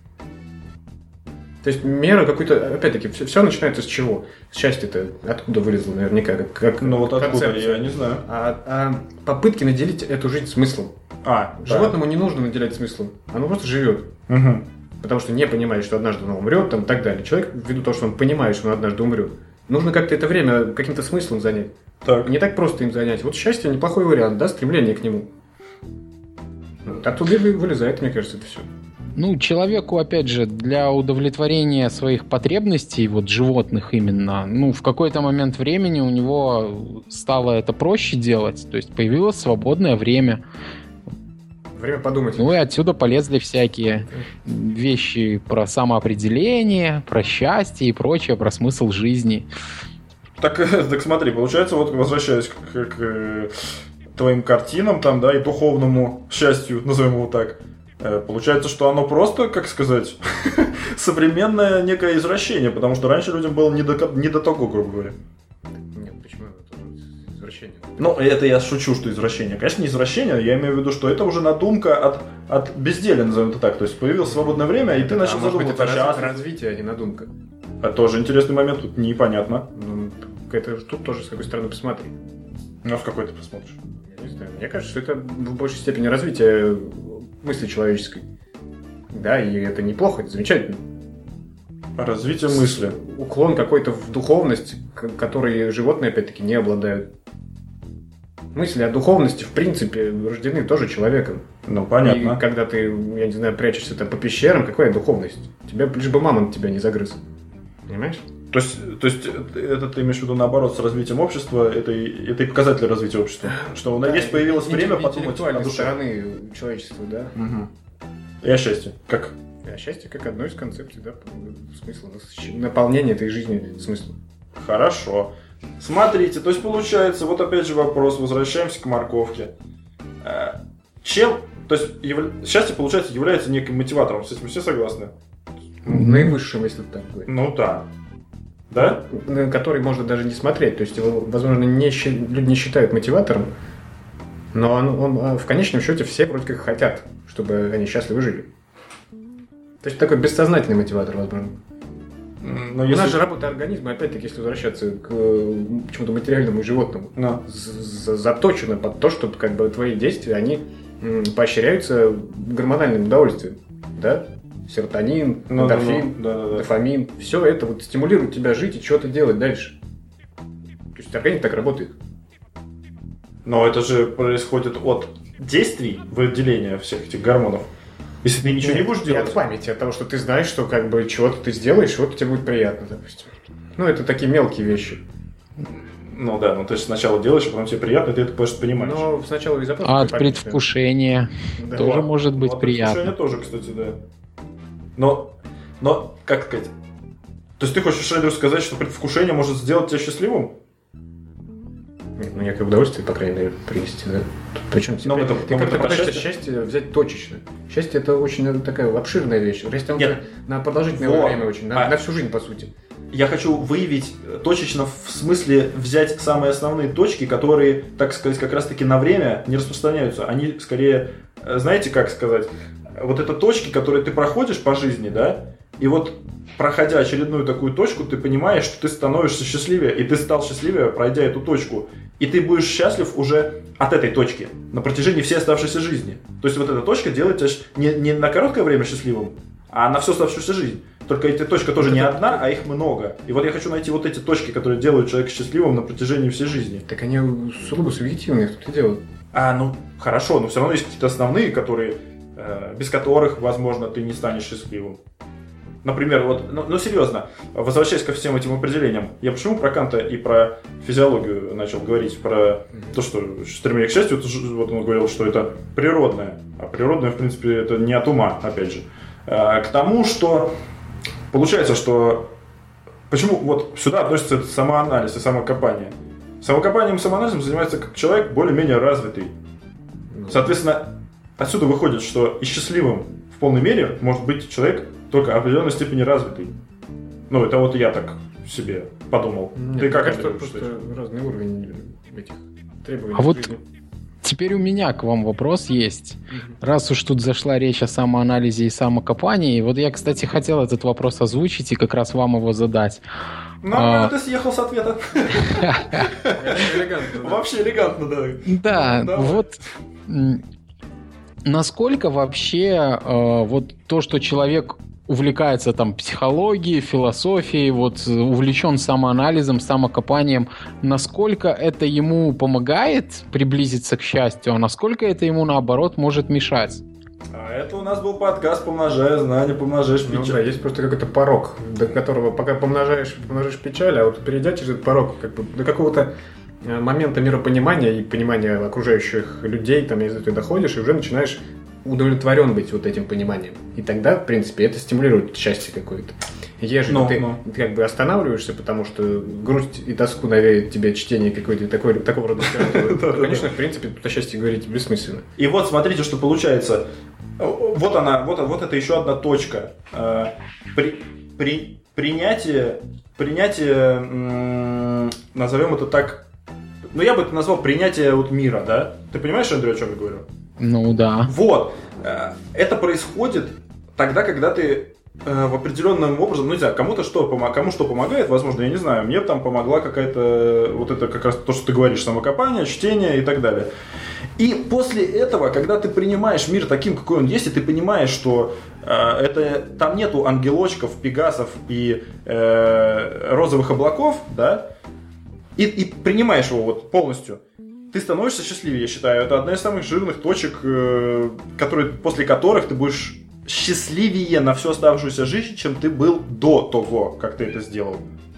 То есть мера какой-то, опять-таки, все начинается с чего? Счастье-то откуда вылезло наверняка? Вот откуда, я не знаю. А попытки наделить эту жизнь смыслом. Животному не нужно наделять смыслом, оно просто живет. Потому что не понимает, что однажды оно умрет, и так далее. Человек, ввиду того, что он понимает, что он однажды умрет, нужно как-то это время каким-то смыслом занять. Так. Не так просто им занять. Вот счастье неплохой вариант, да, стремление к нему. Оттуда вылезает, мне кажется, это все. Человеку, опять же, для удовлетворения своих потребностей, животных именно, в какой-то момент времени у него стало это проще делать, то есть появилось свободное время. Время подумать. И отсюда полезли всякие вещи про самоопределение, про счастье и прочее, про смысл жизни. Так смотри, получается, вот возвращаясь к твоим картинам, там, да, и духовному счастью, назовем его так, получается, что оно просто, как сказать, современное некое извращение, потому что раньше людям было не до того, грубо говоря. Нет, почему это извращение? Это я шучу, что извращение. Конечно, не извращение, я имею в виду, что это уже надумка от безделия, назовем это так. То есть появилось свободное время, и ты начал задумываться. Это развитие, а не надумка. Это тоже интересный момент, тут непонятно. Тут тоже с какой стороны посмотри. С какой ты посмотришь? Я не знаю, мне кажется, что это в большей степени развитие мысли человеческой. Да, и это неплохо, это замечательно. Развитие мысли. Уклон какой-то в духовность, который животные, опять-таки, не обладают. Мысли о духовности, в принципе, рождены тоже человеком. Понятно. И когда ты, я не знаю, прячешься там по пещерам, какая духовность? Тебя лишь бы мамонт тебя не загрыз. Понимаешь? То есть это ты имеешь в виду наоборот с развитием общества, это и показатель развития общества. Что у нас есть появилось время подумать о душе. Стороны человечества, да? И о счастье. Как? А счастье как одно из концепций, да, смысла, наполнение этой жизни смыслом. Хорошо. Смотрите, то есть получается, вот опять же вопрос, возвращаемся к морковке. То есть счастье, получается, является неким мотиватором, с этим все согласны? Наивысшим, если так говорить. Ну да. Да? На который можно даже не смотреть, то есть его, возможно, люди не считают мотиватором, но он в конечном счете все вроде как хотят, чтобы они счастливо жили. То есть такой бессознательный мотиватор, возможно. Но У нас же работа организма, опять-таки, если возвращаться к чему-то материальному и животному, заточена под то, чтобы как бы твои действия, они поощряются гормональным удовольствием, да? Серотонин, эндорфин, дофамин. Все это вот стимулирует тебя жить и что-то делать дальше. То есть организм так работает. Но это же происходит от действий выделения всех этих гормонов. Если ты ничего не будешь делать. От памяти, от того, что ты знаешь, что как бы чего-то ты сделаешь, чего-то тебе будет приятно, допустим. Ну, это такие мелкие вещи. Ну да, ты же сначала делаешь, а потом тебе приятно, и ты это просто понимаешь. Но сначала безопасно. От предвкушения тоже может быть приятно. Предвкушение тоже, кстати, да. Но, как сказать? То есть ты хочешь Шредеру сказать, что предвкушение может сделать тебя счастливым? Нет, некое удовольствие, по крайней мере, принести, да? Причем ты как-то пытаешься счастье взять точечно. Счастье — это очень такая обширная вещь. Растянутая на продолжительное время очень, на всю жизнь, по сути. Я хочу выявить точечно в смысле взять самые основные точки, которые, так сказать, как раз-таки на время не распространяются. Они скорее, знаете, как сказать, вот это точки, которые ты проходишь по жизни, да, и вот проходя очередную такую точку, ты понимаешь, что ты становишься счастливее, и ты стал счастливее, пройдя эту точку. И ты будешь счастлив уже от этой точки на протяжении всей оставшейся жизни. То есть вот эта точка делает тебя не на короткое время счастливым, а на всю оставшуюся жизнь. Только эта точка тоже не одна, а их много. И вот я хочу найти вот эти точки, которые делают человека счастливым на протяжении всей жизни. Так они сугубо субъективные, в том-то и дело. Хорошо, но все равно есть какие-то основные, которые, без которых, возможно, ты не станешь счастливым. Например, серьезно, возвращаясь ко всем этим определениям, я почему про Канта и про физиологию начал говорить, про то, что стремление к счастью, вот он говорил, что это природное, а природное, в принципе, это не от ума, опять же. К тому, что получается, что почему вот сюда относится этот самоанализ и самокопание. Самокопанием и самоанализом занимается как человек более-менее развитый. Соответственно, отсюда выходит, что и счастливым в полной мере может быть человек только в определенной степени развитый. Это вот я так себе подумал. Нет, ты как это думаешь? Просто разный уровень этих требований. А вот теперь у меня к вам вопрос есть. Раз уж тут зашла речь о самоанализе и самокопании, вот я, кстати, хотел этот вопрос озвучить и как раз вам его задать. Ты съехал с ответа. Вообще элегантно, да. Да, вот насколько вообще вот то, что человек увлекается там психологией, философией, вот увлечен самоанализом, самокопанием, насколько это ему помогает приблизиться к счастью, а насколько это ему наоборот может мешать? А это у нас был подкаст «Помножая знания, помножаешь печаль». Да, есть просто какой-то порог, до которого пока помножаешь печаль, а вот перейдя через этот порог до какого-то момента миропонимания и понимания окружающих людей, там, если ты доходишь, и уже начинаешь удовлетворен быть вот этим пониманием. И тогда, в принципе, это стимулирует счастье какое-то. Ежели ты как бы останавливаешься, потому что грусть и тоску навеет тебе чтение какой-то такого рода литературы, то, конечно, в принципе, тут о счастье говорить бессмысленно. И вот смотрите, что получается. Вот это еще одна точка. Принятие, назовем это так, я бы это назвал принятие мира, да? Ты понимаешь, Андрей, о чем я говорю? Ну да. Вот. Это происходит тогда, когда ты в определенном образом, не знаю, кому что помогает, возможно, я не знаю, мне там помогла какая-то, вот это как раз то, что ты говоришь, самокопание, чтение и так далее. И после этого, когда ты принимаешь мир таким, какой он есть, и ты понимаешь, что там нету ангелочков, пегасов и розовых облаков, да, и принимаешь его полностью, ты становишься счастливее, я считаю. Это одна из самых жирных точек, после которых ты будешь счастливее на всю оставшуюся жизнь, чем ты был до того, как ты это сделал.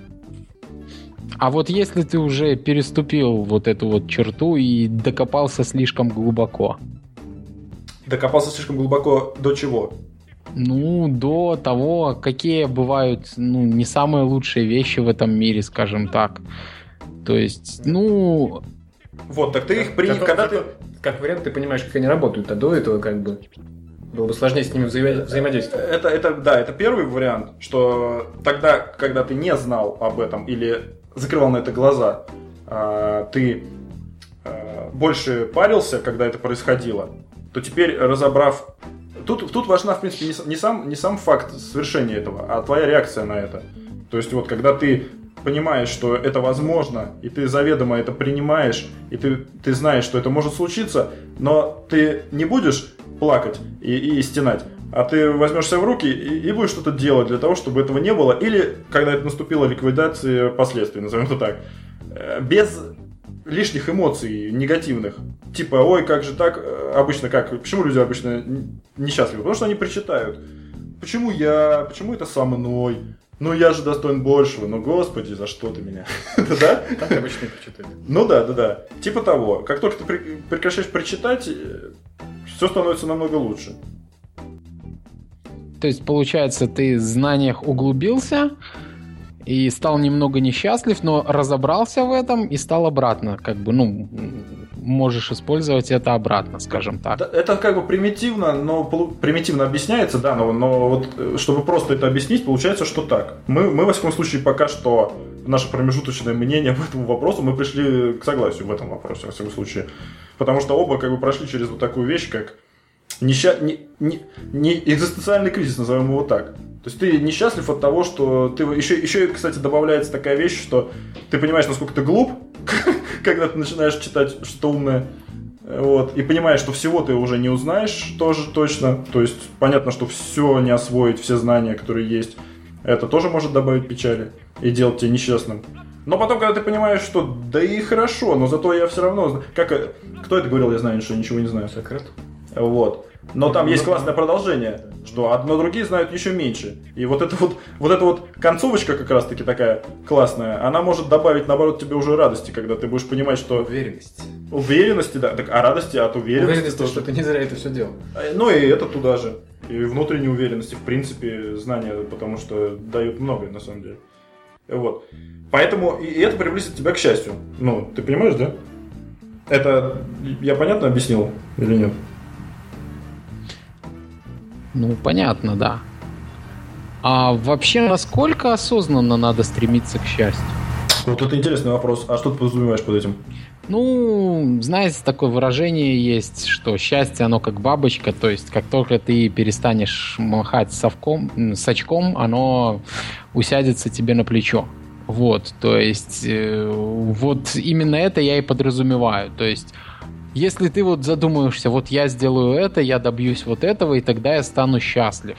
А вот если ты уже переступил вот эту вот черту и докопался слишком глубоко? Докопался слишком глубоко до чего? Ну, до того, какие бывают, ну, не самые лучшие вещи в этом мире, скажем так. То есть, ну... Вот, так ты их принял, когда ты... Как вариант, ты понимаешь, как они работают, а до этого как бы было бы сложнее с ними взаимодействовать. Это первый вариант, что тогда, когда ты не знал об этом или закрывал на это глаза, ты больше парился, когда это происходило, то теперь, разобрав... Тут важна, в принципе, не сам факт совершения этого, а твоя реакция на это. То есть вот, когда ты понимаешь, что это возможно, и ты заведомо это принимаешь, и ты знаешь, что это может случиться, но ты не будешь плакать и стенать, а ты возьмешь себя в руки и будешь что-то делать для того, чтобы этого не было, или, когда это наступила ликвидация последствий, назовем это так, без лишних эмоций негативных. Типа, ой, как же так, обычно как? Почему люди обычно несчастливы? Потому что они причитают. Почему это со мной? Ну я же достоин большего, ну господи, за что ты меня? Да? Так обычно причитают. Ну да. Типа того. Как только ты прекращаешь причитать, все становится намного лучше. То есть, получается, ты в знаниях углубился и стал немного несчастлив, но разобрался в этом и стал обратно, как бы, ну, можешь использовать это обратно, скажем так. Это как бы примитивно объясняется, да, но вот чтобы просто это объяснить, получается, что так. Мы во всяком случае, пока что наше промежуточное мнение по этому вопросу, мы пришли к согласию в этом вопросе, во всяком случае. Потому что оба как бы прошли через вот такую вещь, как не экзистенциальный кризис, назовем его так. То есть ты несчастлив от того, что ты еще, кстати, добавляется такая вещь, что ты понимаешь, насколько ты глуп, когда ты начинаешь читать что-то умное, вот, и понимаешь, что всего ты уже не узнаешь тоже точно. То есть понятно, что все не освоить, все знания, которые есть, это тоже может добавить печали и делать тебя несчастным. Но потом, когда ты понимаешь, что да и хорошо, но зато я все равно... Кто это говорил, я знаю, что ничего не знаю. Сократ. Вот. Но там есть классное продолжение, что одно другие знают еще меньше. И вот эта вот концовочка как раз таки такая классная, она может добавить, наоборот, тебе уже радости, когда ты будешь понимать, что... Уверенности, да. Так, а радости от уверенности тоже. Что ты не зря это все делал. Ну и это туда же. И внутренней уверенности, в принципе, знания, потому что дают многое, на самом деле. Вот. Поэтому и это приблизит тебя к счастью. Ну, ты понимаешь, да? Это я понятно объяснил или нет? Ну, понятно, да. А вообще, насколько осознанно надо стремиться к счастью? Вот это интересный вопрос. А что ты подразумеваешь под этим? Ну, знаете, такое выражение есть, что счастье, оно как бабочка, то есть как только ты перестанешь махать с очком, оно усядется тебе на плечо. Вот, то есть вот именно это я и подразумеваю. То есть если ты вот задумаешься, вот я сделаю это, я добьюсь вот этого, и тогда я стану счастлив.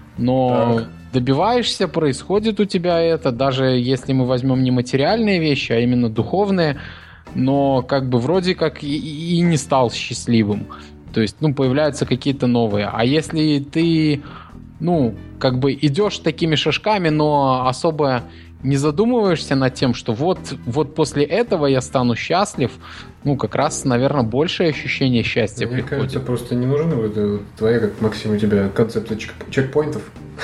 Но добиваешься, происходит у тебя это, даже если мы возьмем не материальные вещи, а именно духовные, но как бы вроде как и не стал счастливым. То есть, ну, появляются какие-то новые. А если ты, ну, как бы идешь такими шажками, но особо не задумываешься над тем, что вот после этого я стану счастлив, ну, как раз, наверное, большее ощущение счастья Мне приходит. Мне кажется, просто не нужны вот твоя, как Максим, у тебя концепты чекпоинтов.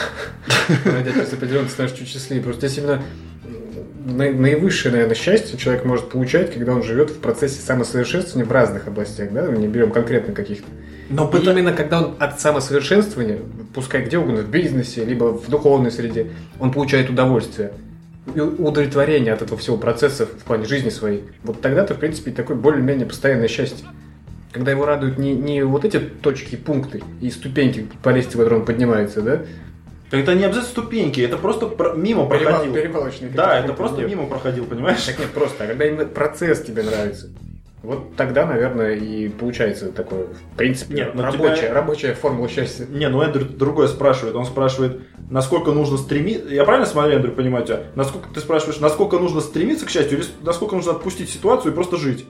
Пройдя через определенно, ты станешь чуть счастливее. Просто здесь именно наивысшее, наверное, счастье человек может получать, когда он живет в процессе самосовершенствования в разных областях, да, мы не берем конкретно каких-то. Но именно когда он от самосовершенствования, пускай где угодно, в бизнесе, либо в духовной среде, он получает удовольствие и удовлетворение от этого всего процесса в плане жизни своей, вот тогда-то, в принципе, такое более-менее постоянное счастье. Когда его радуют не вот эти точки, пункты и ступеньки по лестнице, по которой он поднимается, да? Это не обязательно ступеньки, это просто мимо проходил. Перевалочные. Да, это просто мимо проходил, понимаешь? Так нет, просто, а когда именно процесс тебе нравится, вот тогда, наверное, и получается такое, в принципе, рабочая формула счастья. Не, ну Эндрю другое спрашивает. Он спрашивает, насколько нужно стремиться... Я правильно смотрю, Эндрю, понимаю тебя? Ты спрашиваешь, насколько нужно стремиться к счастью, или насколько нужно отпустить ситуацию и просто жить?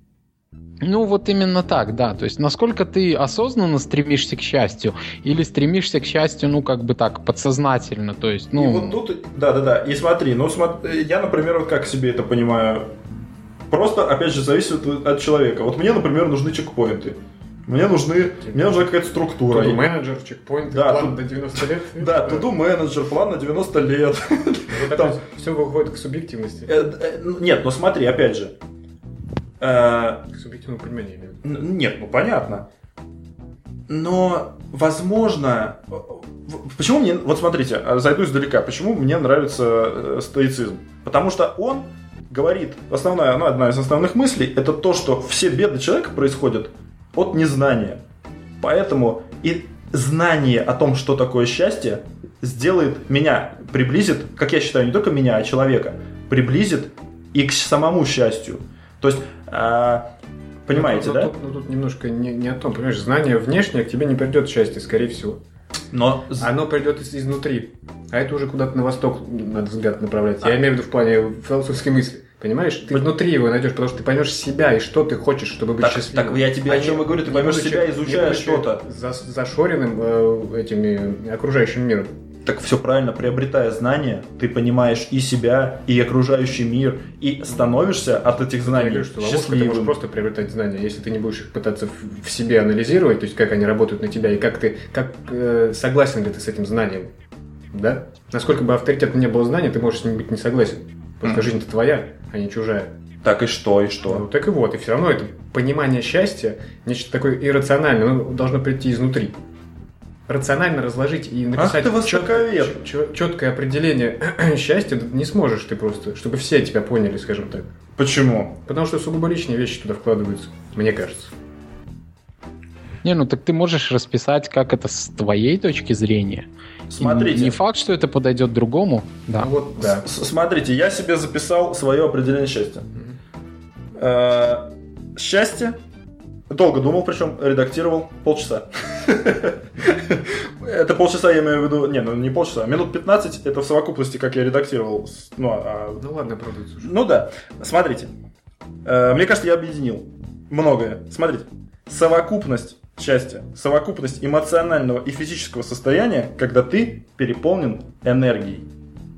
Ну, вот именно так, да. То есть, насколько ты осознанно стремишься к счастью, или стремишься к счастью, ну, как бы так, подсознательно, то есть, ну... И вот тут, да. И смотри, я, например, вот как себе это понимаю, просто, опять же, зависит от человека. Вот мне, например, нужны чекпоинты. Мне нужна какая-то структура. To-do менеджер, чекпоинт, Да, план на 90 лет. Да, to-do менеджер, план на 90 лет. Все выходит к субъективности. Нет, ну смотри, опять же. К субъективному пониманию. Нет, ну понятно. Но, возможно... Почему мне... Вот смотрите, зайду издалека. Почему мне нравится стоицизм? Потому что он говорит... Одна из основных мыслей, это то, что все беды человека происходят от незнания. Поэтому и знание о том, что такое счастье, приблизит, как я считаю, не только меня, а человека, приблизит и к самому счастью. То есть... Понимаете, да? Тут немножко не о том, понимаешь, знание внешнее к тебе не придет счастье, скорее всего. Но оно придет изнутри. А это уже куда-то на восток надо взгляд направлять. Я имею в виду в плане философской мысли. Понимаешь? Ты внутри его найдешь, потому что ты поймешь себя и что ты хочешь, чтобы быть счастливым. Так я тебе о чем и говорю, ты поймешь себя, изучая что-то. Зашоренным этими окружающим миром. Так все правильно, приобретая знания, ты понимаешь и себя, и окружающий мир, и становишься от этих знаний счастливым. Ты можешь просто приобретать знания, если ты не будешь их пытаться в себе анализировать, то есть как они работают на тебя, и как согласен ли ты с этим знанием. Да? Насколько бы авторитетно не было знаний, ты можешь с ним быть не согласен. Потому что жизнь-то твоя, а не чужая. Так и что, и что? Ну, так и вот, и все равно это понимание счастья, нечто такое иррациональное, оно должно прийти изнутри. Рационально разложить и написать четкое определение счастья не сможешь ты просто, чтобы все тебя поняли, скажем так. Почему? Потому что сугубо личные вещи туда вкладываются, мне кажется. Ну так ты можешь расписать, как это с твоей точки зрения. Смотрите. Не факт, что это подойдет другому. Да. Ну, вот, да. Смотрите, я себе записал свое определение счастья. Счастье. Долго думал, причем редактировал полчаса. Это полчаса, я имею в виду... не полчаса, минут 15, это в совокупности, как я редактировал. Ну ладно, продается уже. Ну да, смотрите. Мне кажется, я объединил многое. Смотрите, совокупность счастья, совокупность эмоционального и физического состояния, когда ты переполнен энергией.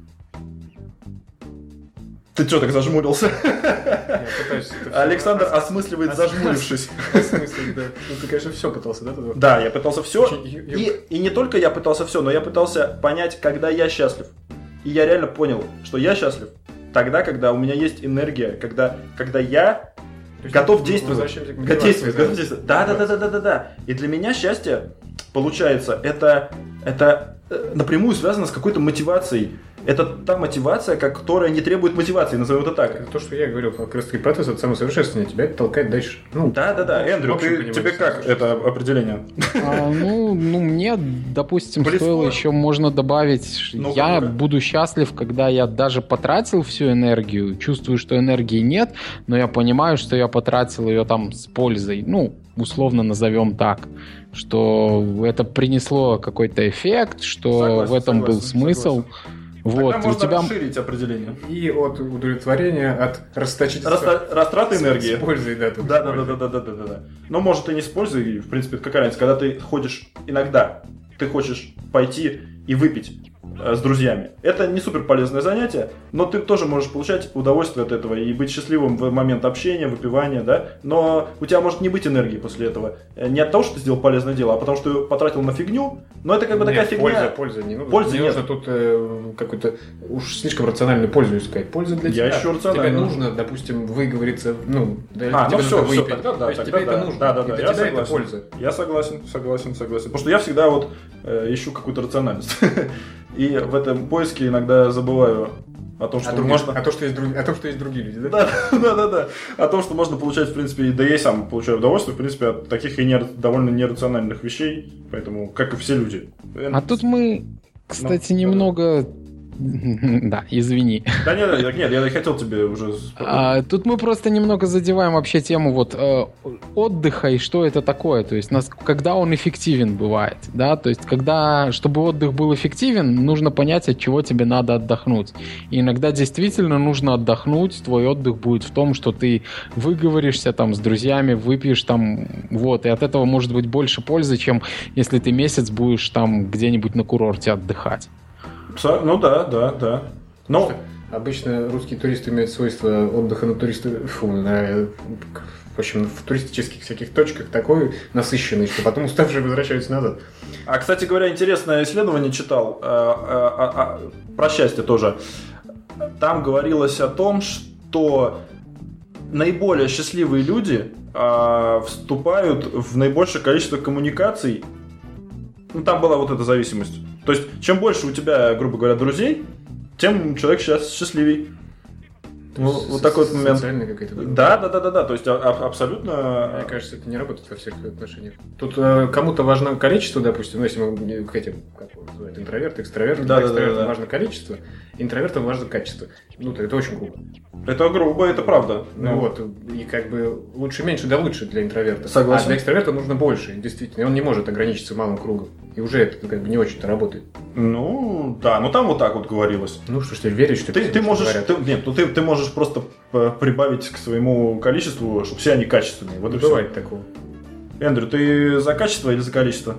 Ты что так зажмурился? Александр осмысливает, зажмурившись. Осмыслить, да. Ну, ты, конечно, все пытался, да? Да, я пытался все. И не только я пытался все, но я пытался понять, когда я счастлив. И я реально понял, что я счастлив тогда, когда у меня есть энергия, когда я готов действовать. Да. И для меня счастье, получается, это напрямую связано с какой-то мотивацией. Это та мотивация, которая не требует мотивации, назовем это так. Это то, что я говорил, как раз-таки процесс от самосовершенствования тебя толкает дальше. Да. Эндрю, тебе как это определение? Мне, допустим, стоило еще можно добавить, я буду счастлив, когда я даже потратил всю энергию, чувствую, что энергии нет, но я понимаю, что я потратил ее там с пользой. Условно назовем так, что это принесло какой-то эффект, что в этом был смысл. Вот, тогда можно расширить определение. И от удовлетворения, от расточительства. Растраты энергии. С пользой, да. Да. Но может и не с пользой, в принципе, какая разница, когда ты ходишь иногда, ты хочешь пойти и выпить с друзьями. Это не супер полезное занятие, но ты тоже можешь получать удовольствие от этого и быть счастливым в момент общения, выпивания, да. Но у тебя может не быть энергии после этого. Не от того, что ты сделал полезное дело, а потому что потратил на фигню. Но это как бы такая фигня. Польза не нужна. Пользы не нет. нужно тут какую-то уж слишком рациональную пользу искать. Польза для тебя. Я ещё рационально. Тебе нужно, допустим, выговориться, тебе нужно выпить. Тогда тебе это нужно. Да, и для тебя это польза. Я согласен. Потому что я всегда ищу какую-то рациональность. И в этом поиске иногда забываю о том, что можно... О том, что есть другие люди, да? Да. О том, что можно получать, в принципе, да я и сам получаю удовольствие, в принципе, от таких довольно нерациональных вещей, поэтому, как и все люди. А тут мы, кстати, немного... Да, извини. Да нет, я хотел тебе уже... Тут мы просто немного задеваем вообще тему отдыха и что это такое, то есть когда он эффективен бывает, да, то есть чтобы отдых был эффективен, нужно понять, от чего тебе надо отдохнуть. И иногда действительно нужно отдохнуть, твой отдых будет в том, что ты выговоришься там с друзьями, выпьешь там, и от этого может быть больше пользы, чем если ты месяц будешь там где-нибудь на курорте отдыхать. Ну да. Обычно русские туристы имеют свойство отдыха на в общем, в туристических всяких точках такой насыщенный, что потом уставшие возвращаются назад. А, кстати говоря, интересное исследование читал про счастье тоже. Там говорилось о том, что наиболее счастливые люди вступают в наибольшее количество коммуникаций. Ну, там была вот эта зависимость. То есть, чем больше у тебя, грубо говоря, друзей, тем человек сейчас счастливей. Вот такой вот момент. Социальная какая-то. Да. То есть абсолютно. Мне кажется, это не работает во всех отношениях. Тут кому-то важно количество, допустим, ну, если мы хотим, как его называют, интроверт, экстраверт, экстравертам важно количество, интровертам важно качество. Ну, это очень грубо. Это грубо, это правда. Ну вот, и как бы лучше меньше, да лучше для интроверта. Согласен. А для экстраверта нужно больше, действительно. И он не может ограничиться малым кругом. И уже это как бы не очень-то работает. Ну, да, ну там вот так вот говорилось. Ну, что ж, ты веришь, что ты можешь, ты можешь просто прибавить к своему количеству, чтобы все они качественные. Вот не и бывает все. такого. Эндрю, ты за качество или за количество?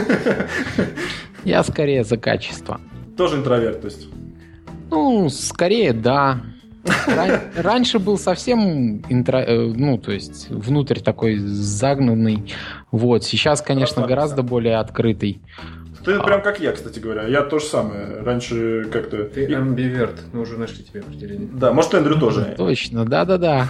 Я скорее за качество. Тоже интроверт, то есть? Ну, скорее, да. Раньше был совсем то есть внутрь такой загнанный. Вот, сейчас, конечно, гораздо более открытый. Ты прям как я, кстати говоря. Я то же самое. Раньше как-то... Ты амбиверт. Мы уже нашли тебе определение. Да, может, Эндрю тоже. Точно, да.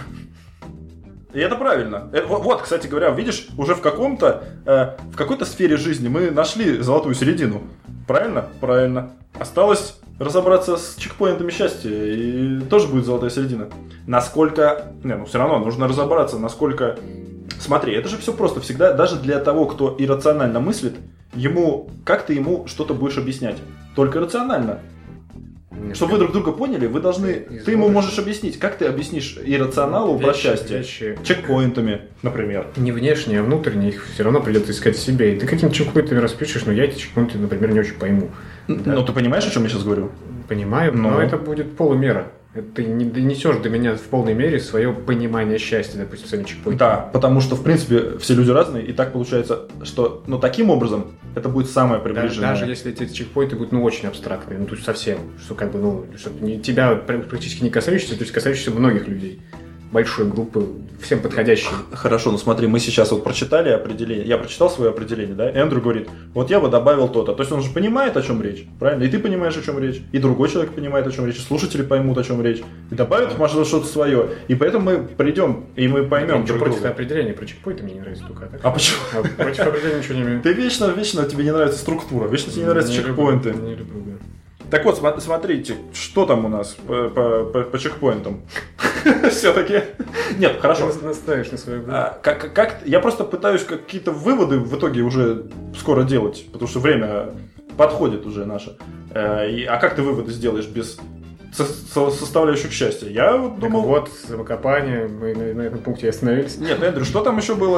И это правильно. Вот, кстати говоря, видишь, уже в какой-то сфере жизни мы нашли золотую середину. Правильно? Правильно. Осталось разобраться с чекпоинтами счастья, и тоже будет золотая середина. Насколько... все равно нужно разобраться, насколько... Смотри, это же все просто. Всегда, даже для того, кто иррационально мыслит, как ты ему что-то будешь объяснять? Только рационально. Чтобы вы друг друга поняли, вы должны... Ты ему можешь объяснить. Как ты объяснишь иррационалу про счастье? Чекпоинтами, например. Не внешне, а внутренне их все равно придется искать в себе. И ты какими чекпоинтами распишешь, но я эти чекпоинты, например, не очень пойму. Ну, ты понимаешь, о чем я сейчас говорю? Понимаю, но это будет полумера. Ты не донесешь до меня в полной мере свое понимание счастья, допустим, сами чекпоинты. Да, потому что, в принципе, все люди разные, и так получается, что, таким образом, это будет самое приближенное. Даже если эти чекпоинты будут, очень абстрактные, то есть совсем, что как бы, что тебя практически не касающиеся, то есть касающиеся многих людей. Большой группы, всем подходящие. Хорошо, смотри, мы сейчас вот прочитали определение. Я прочитал свое определение, да? Эндрю говорит, вот я бы добавил то-то. То есть он же понимает, о чем речь, правильно? И ты понимаешь, о чем речь, и другой человек понимает, о чем речь, и слушатели поймут, о чем речь, и добавят, может, что-то свое. И поэтому мы придем, и мы поймем друг друга. Против определения, про чекпоинты мне не нравится только. А почему? Против определения ничего не имею. Ты вечно тебе не нравится структура, вечно тебе не нравятся чекпоинты. Не люблю, да. Так вот, смотрите, что там у нас по чекпоинтам. Все-таки. Нет, хорошо. Ты настаиваешь на своем. Я просто пытаюсь какие-то выводы в итоге уже скоро делать, потому что время подходит уже наше. А как ты выводы сделаешь без составляющих счастья? Я вот думал... Вот, самокопание, мы на этом пункте остановились. Нет, Эндрю, что там еще было?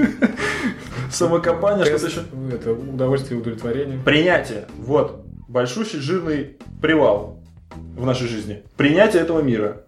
Самокопание, что-то еще? Это удовольствие и удовлетворение. Принятие. Вот. Большущий жирный привал в нашей жизни. Принятие этого мира.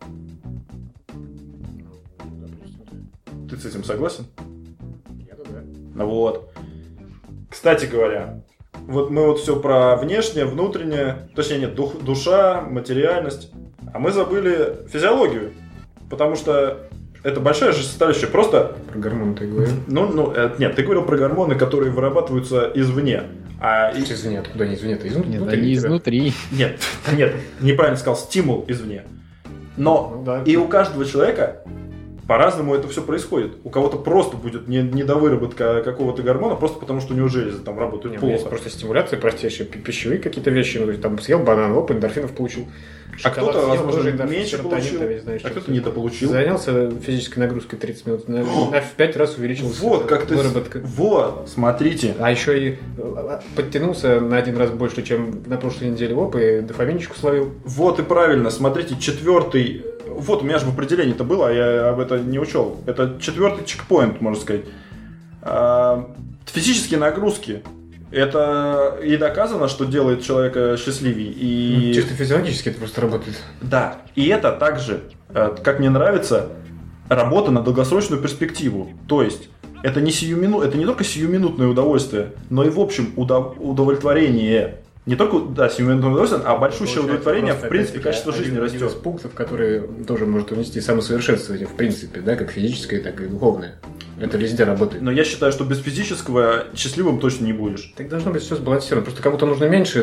Ты с этим согласен? Я-то да. Вот. Кстати говоря, вот мы вот все про внешнее, внутреннее, точнее нет, душа, материальность, а мы забыли физиологию, потому что это большая же составляющая. Просто... Про гормоны ты говорил? Нет, ты говорил про гормоны, которые вырабатываются извне. Извне, откуда они извне? Это изнутри? Нет, они изнутри. Нет, неправильно сказал, стимул извне. Но и у каждого человека по-разному это все происходит. У кого-то просто будет недовыработка какого-то гормона, просто потому что у него железы там работают плохо. Есть просто стимуляция простейшие, пищевые какие-то вещи. Ну, там съел банан, эндорфинов получил. А кто-то, возможно, меньше получил, а кто-то недополучил. Занялся физической нагрузкой 30 минут, в 5 раз увеличилась выработка. Вот, смотрите. А еще и подтянулся на 1 раз больше, чем на прошлой неделе. И дофаминчику словил. Вот и правильно, смотрите, 4-й... Вот, у меня же в определении-то было, а я об этом не учел. Это 4-й чекпоинт, можно сказать. Физические нагрузки. Это и доказано, что делает человека счастливее. И... Чисто физиологически это просто работает. Да, и это также, как мне нравится, работа на долгосрочную перспективу. То есть, это не только сиюминутное удовольствие, но и в общем удовлетворение. Не только, да, сиюминутное удовольствие, а большущее удовлетворение, просто, в принципе, опять-таки, качество жизни один из растет. пунктов, который тоже может унести самосовершенствование, в принципе, да, как физическое, так и духовное. Это везде работает. Но я считаю, что без физического счастливым точно не будешь. Так должно быть все сбалансировано. Просто кому-то нужно меньше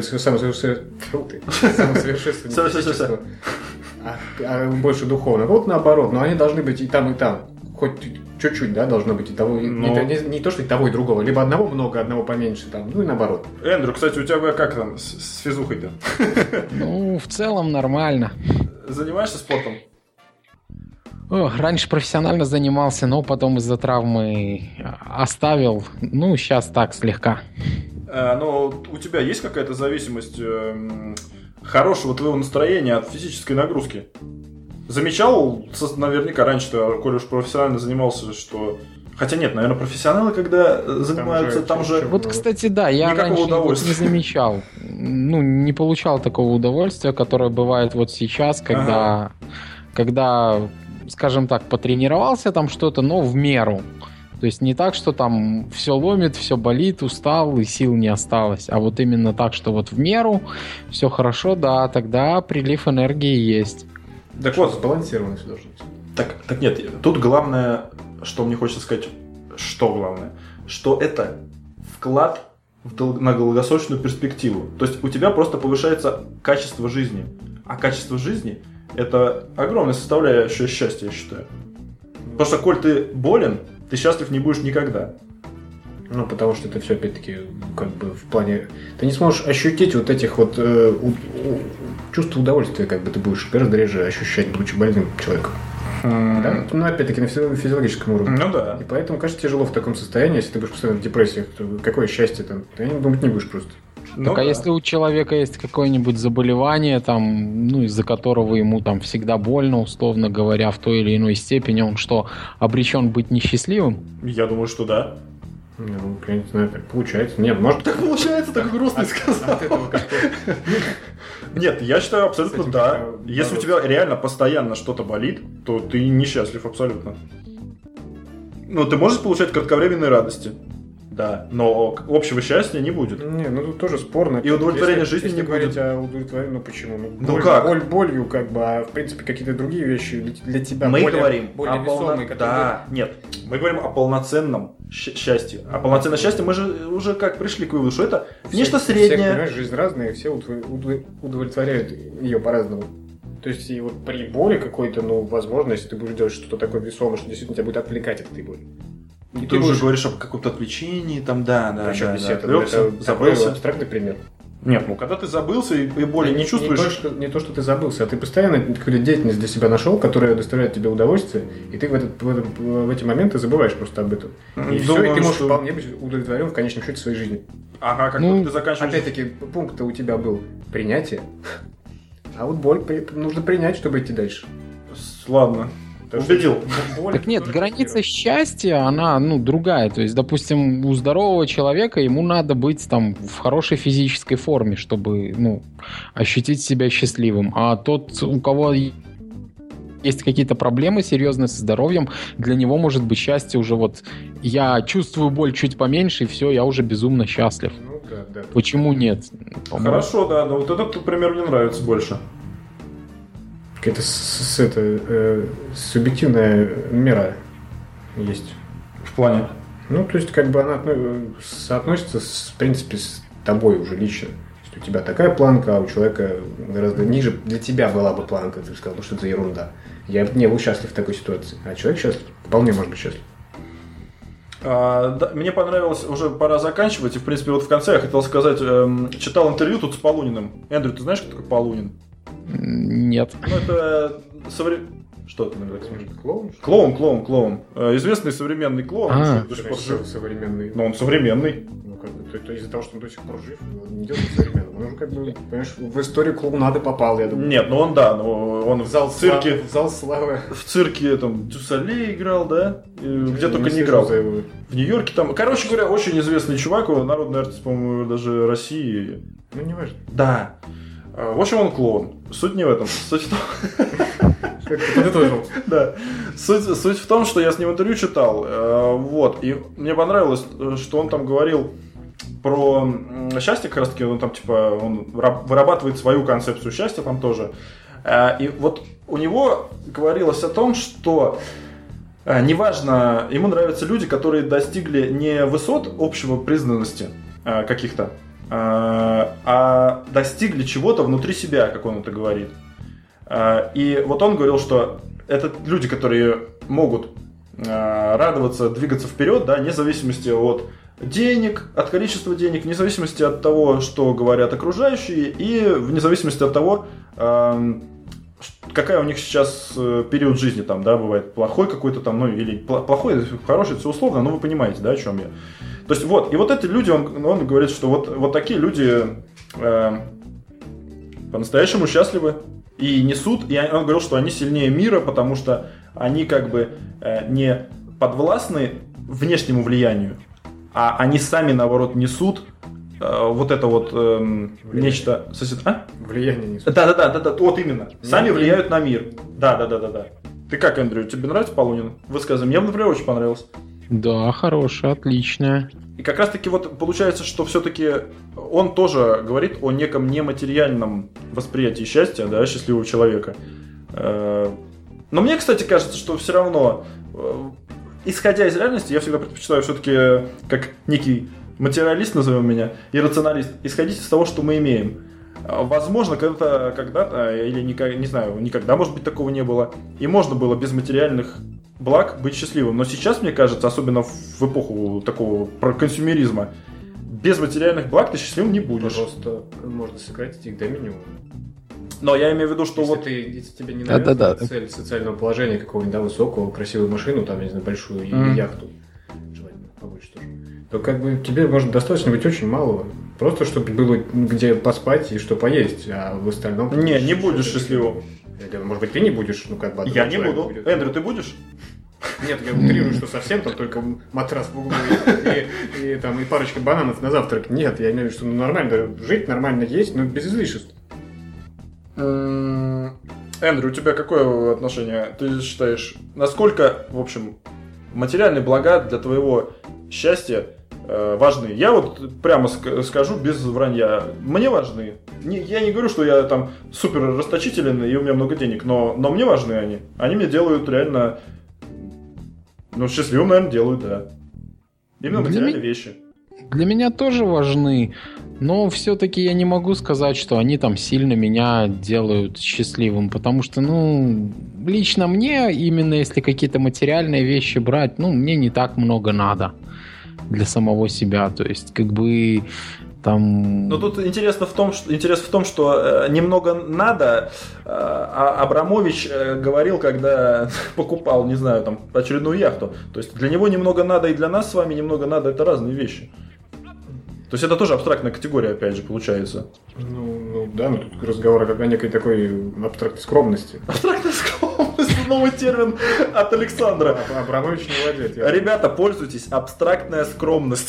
самосовершенствования, а больше духовно. Вот наоборот, но они должны быть и там, и там. Хоть чуть-чуть, да, должно быть и того, не то, что и того, и другого. Либо одного много, одного поменьше, там, ну и наоборот. Эндрю, кстати, у тебя как там с физухой-то? Ну, в целом нормально. Занимаешься спортом? Раньше профессионально занимался, но потом из-за травмы оставил. Ну, сейчас так, слегка. Но у тебя есть какая-то зависимость хорошего твоего настроения от физической нагрузки? Замечал, наверняка, раньше-то, коли уж профессионально занимался, что... Хотя нет, наверное, профессионалы, когда занимаются, там же... Вот, кстати, да, я раньше не замечал. Ну, не получал такого удовольствия, которое бывает вот сейчас, когда, скажем так, потренировался там что-то, но в меру. То есть не так, что там все ломит, все болит, устал и сил не осталось, а вот именно так, что вот в меру, все хорошо, да, тогда прилив энергии есть. Так вот, сбалансированность должна быть. Так нет, тут главное, что мне хочется сказать, что главное, что это вклад на долгосрочную перспективу. То есть у тебя просто повышается качество жизни, а качество жизни это огромная составляющая счастья, я считаю. Потому что, коль ты болен, ты счастлив не будешь никогда. Ну, потому что это все, опять-таки, как бы в плане... Ты не сможешь ощутить вот этих вот чувств удовольствия, как бы ты будешь гораздо реже ощущать, будучи больным человеком. Да? Ну, опять-таки, на физиологическом уровне. Ну, да. И поэтому, конечно, тяжело в таком состоянии, если ты будешь постоянно в депрессиях, то какое счастье там? Ты думать не будешь просто. Ну, так, а если у человека есть какое-нибудь заболевание, там, ну, из-за которого ему там всегда больно, условно говоря, в той или иной степени, он что, обречен быть несчастливым? Я думаю, что да. Ну, я не знаю, так получается. Нет, может... Так получается, так грустно сказал. Нет, я считаю, абсолютно да. Если у тебя реально постоянно что-то болит, то ты несчастлив абсолютно. Ну, ты можешь получать кратковременные радости. Да, но общего счастья не будет. Не, ну тут тоже спорно. И удовлетворение жизни если не говорить будет. о удовлетворении, ну почему? Ну как? Болью, как бы, а в принципе какие-то другие вещи для тебя мы более, говорим более весомые, которые... Да, нет, мы говорим о полноценном счастье. А полноценное счастье мы же уже как пришли к выводу, что это нечто среднее. Все, понимаешь, жизнь разная, и все удовлетворяют ее по-разному. То есть и вот при боли какой-то, ну, возможно, если ты будешь делать что-то такое весомое, что действительно тебя будет отвлекать от этой боли. И ты уже говоришь об каком-то отвлечении, там, да. Это забылся. Абстрактный пример. Нет, ну когда ты забылся и боли не чувствуешь... Не то, что ты забылся, а ты постоянно какую-то деятельность для себя нашел, которая доставляет тебе удовольствие, и ты в эти моменты забываешь просто об этом. И все, и ты можешь вполне быть удовлетворен в конечном счете своей жизни. Ага, как ты заканчиваешь... Опять-таки, пункт у тебя был принятие, а вот боль нужно принять, чтобы идти дальше. Ладно. Убедил. Так нет, граница счастья, она, ну, другая. То есть, допустим, у здорового человека ему надо быть там в хорошей физической форме, чтобы, ну, ощутить себя счастливым. А тот, у кого есть какие-то проблемы серьезные со здоровьем, для него может быть счастье уже вот я чувствую боль чуть поменьше, и все, я уже безумно счастлив. Ну, да. Почему нет? Хорошо, да, но вот этот пример мне нравится больше. Какая-то субъективная мера есть. В плане? Ну, то есть, как бы она соотносится, в принципе, с тобой уже лично. То есть, у тебя такая планка, а у человека гораздо ниже. Для тебя была бы планка, ты сказал, ну что это за ерунда. Я не был счастлив в такой ситуации. А человек счастлив, вполне может быть счастлив. Да, мне понравилось, уже пора заканчивать. И, в принципе, вот в конце я хотел сказать, читал интервью тут с Полуниным. Эндрю, ты знаешь, кто такой Полунин? Нет. Ну, это Что ты, наверное, Клоун? Клоун. Известный современный клоун. До сих пор жив. Современный. Но он современный. Ну, как бы, то из-за того, что он до сих пор жив, он не делает современным. Он уже, как бы, понимаешь, в историю клоунады попал, я думаю. Нет, ну он, да, но он в зал цирке. В зал славы. В цирке там Дюсале играл, да? Где только не играл. В Нью-Йорке там. Короче говоря, очень известный чувак, народный артист, по-моему, даже России. Ну, не важно. Да. В общем, он клоун. Суть не в этом. Суть в том... Как ты подытожил. Да. Суть в том, что я с ним интервью читал. Вот. И мне понравилось, что он там говорил про счастье, как раз таки, он там, типа, он вырабатывает свою концепцию счастья там тоже. И вот у него говорилось о том, что неважно, ему нравятся люди, которые достигли не высот общего признанности каких-то, а достигли чего-то внутри себя, как он это говорит. И вот он говорил, что это люди, которые могут радоваться, двигаться вперед, да, вне зависимости от денег, от количества денег, вне зависимости от того, что говорят окружающие, и вне зависимости от того, какая у них сейчас период жизни там, да, бывает плохой какой-то там, ну или плохой, хороший, все условно, но вы понимаете, да, о чем я. То есть вот, и вот эти люди, он говорит, что вот такие люди по-настоящему счастливы и несут, и он говорил, что они сильнее мира, потому что они как бы не подвластны внешнему влиянию, а они сами, наоборот, несут вот это вот нечто... Влияние несут. Да, вот именно. Сами влияют на мир. Да. Ты как, Эндрю, тебе нравится Полунин? Высказывай. Мне, например, очень понравилось. Да, хорошая, отличная. И как раз-таки вот получается, что все-таки он тоже говорит о неком нематериальном восприятии счастья, да, счастливого человека. Но мне, кстати, кажется, что все равно, исходя из реальности, я всегда предпочитаю все-таки, как некий материалист, назовем меня, и рационалист, исходить из того, что мы имеем. Возможно, когда-то, или не знаю, никогда, может быть, такого не было, и можно было без материальных благ быть счастливым. Но сейчас, мне кажется, особенно в эпоху такого консюмеризма, без материальных благ ты счастливым не будешь. Просто можно сократить их до минимума. Но я имею в виду, что если тебе не нравится цель социального положения какого-нибудь, да, высокого, красивую машину, там, я не знаю, большую, или яхту, желательно побольше тоже, то как бы тебе может достаточно быть очень малого. Просто чтобы было где поспать и что поесть, а в остальном... Не будешь счастливым. Может быть, ты не будешь, ну как бы... Я не буду. Будет. Эндрю, ты будешь? Нет, я утрирую, что совсем там только матрас в углу и парочка бананов на завтрак. Нет, я имею в виду, что нормально жить, нормально есть, но без излишеств. Эндрю, у тебя какое отношение? Ты считаешь, насколько, в общем, материальные блага для твоего счастья важны? Я вот прямо скажу без вранья. Мне важны. Я не говорю, что я там супер расточителен и у меня много денег, но мне важны они. Они меня делают реально... Ну, счастливым, наверное, делают, да. Именно материальные вещи. Для меня тоже важны, но все-таки я не могу сказать, что они там сильно меня делают счастливым, потому что, лично мне, именно если какие-то материальные вещи брать, мне не так много надо для самого себя, то есть, как бы... Но тут интерес в том, что немного надо. Абрамович говорил, когда покупал, не знаю, там очередную яхту. То есть для него немного надо и для нас с вами немного надо, это разные вещи. То есть это тоже абстрактная категория, опять же, получается. Да, но тут разговор о некой такой абстрактной скромности. Абстрактная скромность, новый термин от Александра. Абрамович не владеет. Ребята, пользуйтесь, абстрактная скромность.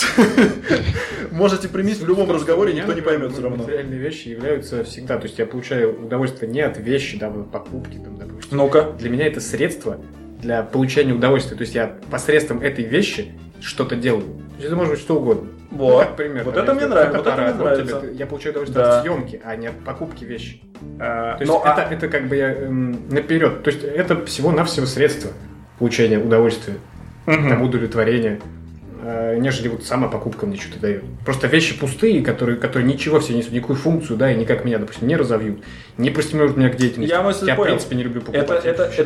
Можете применить в любом разговоре, никто не поймет все равно. Материальные вещи являются всегда, то есть я получаю удовольствие не от вещи, да, покупки, там, допустим. Ну-ка. Для меня это средство для получения удовольствия, то есть я посредством этой вещи что-то делаю. То есть это может быть что угодно. Вот, как пример, вот это мне нравится. Я получаю удовольствие от съемки, а не от покупки вещи. То есть это как бы я наперед. То есть это всего-навсего средство получения удовольствия, там, удовлетворения, нежели вот сама покупка мне что-то дает. Просто вещи пустые, которые ничего все несут, никакую функцию, да, и никак меня, допустим, не разовьют, не простимулируют меня к деятельности. Я в принципе, не люблю покупать.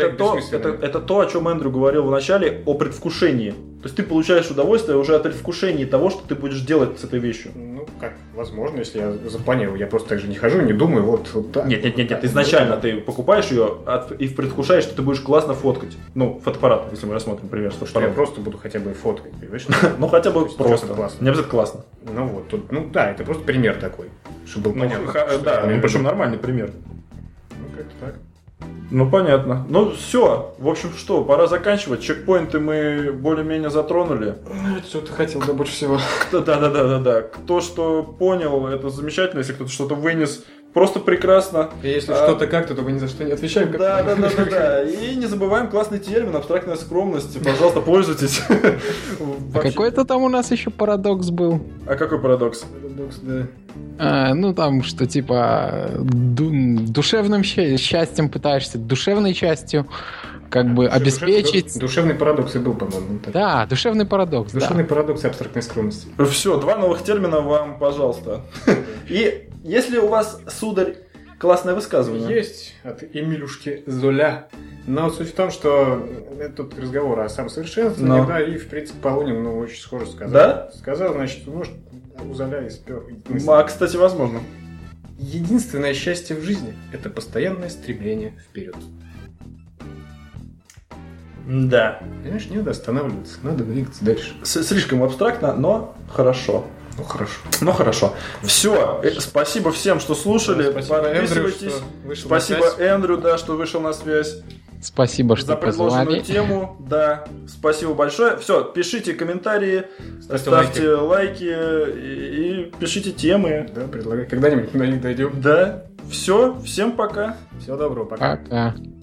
Это то, о чем Эндрю говорил в начале, о предвкушении. То есть ты получаешь удовольствие уже от предвкушения того, что ты будешь делать с этой вещью. Ну, как, возможно, если я запланирую. Я просто так же не хожу, не думаю, вот так. Нет. Изначально ты покупаешь ее и предвкушаешь, что ты будешь классно фоткать. Ну, фотоаппарат, если мы рассмотрим пример. Что я просто буду хотя бы фоткать, понимаешь? Ну, хотя бы просто. Не обязательно классно. Ну, вот. Тут, да, это просто пример такой, чтобы был понятно. Да, причем нормальный пример. Ну, как-то так. Ну, понятно. Ну, все. В общем, что, пора заканчивать. Чекпоинты мы более-менее затронули. Что ты хотел, да, больше всего. Да. Кто что понял, это замечательно. Если кто-то что-то вынес, просто прекрасно. И если что-то как-то, то мы ни за что не отвечаем. Да. И не забываем классный термин, абстрактная скромность. Пожалуйста, пользуйтесь. А какой-то там у нас еще парадокс был. А какой парадокс? Парадокс, да. Ну, там, что типа душевным счастьем пытаешься, душевной частью как бы обеспечить... Душевный парадокс и был, по-моему. Да, душевный парадокс. Душевный парадокс и абстрактная скромность. Все, 2 новых термина вам, пожалуйста. И если у вас, сударь, классное высказывание. Есть от Эмилюшки Золя. Но суть в том, что тут разговор о самосовершенствовании, да, и, в принципе, Полунин, очень схоже сказал. Да? Сказал, значит, может, у Золя и спер. Кстати, возможно. Единственное счастье в жизни – это постоянное стремление вперед. Да. Понимаешь, не надо останавливаться, надо двигаться дальше. Слишком абстрактно, но хорошо. Ну хорошо. Все. Спасибо всем, что слушали. Спасибо, Подписывайтесь. Эндрю, Спасибо Эндрю, да, что вышел на связь. Спасибо, что за предложенную позвали. тему. Да. Спасибо большое. Все, пишите комментарии, ставьте лайки и пишите темы. Да, предлагай. Когда-нибудь до них дойдем. Да. Все. Всем пока. Всего доброго. Пока. Пока.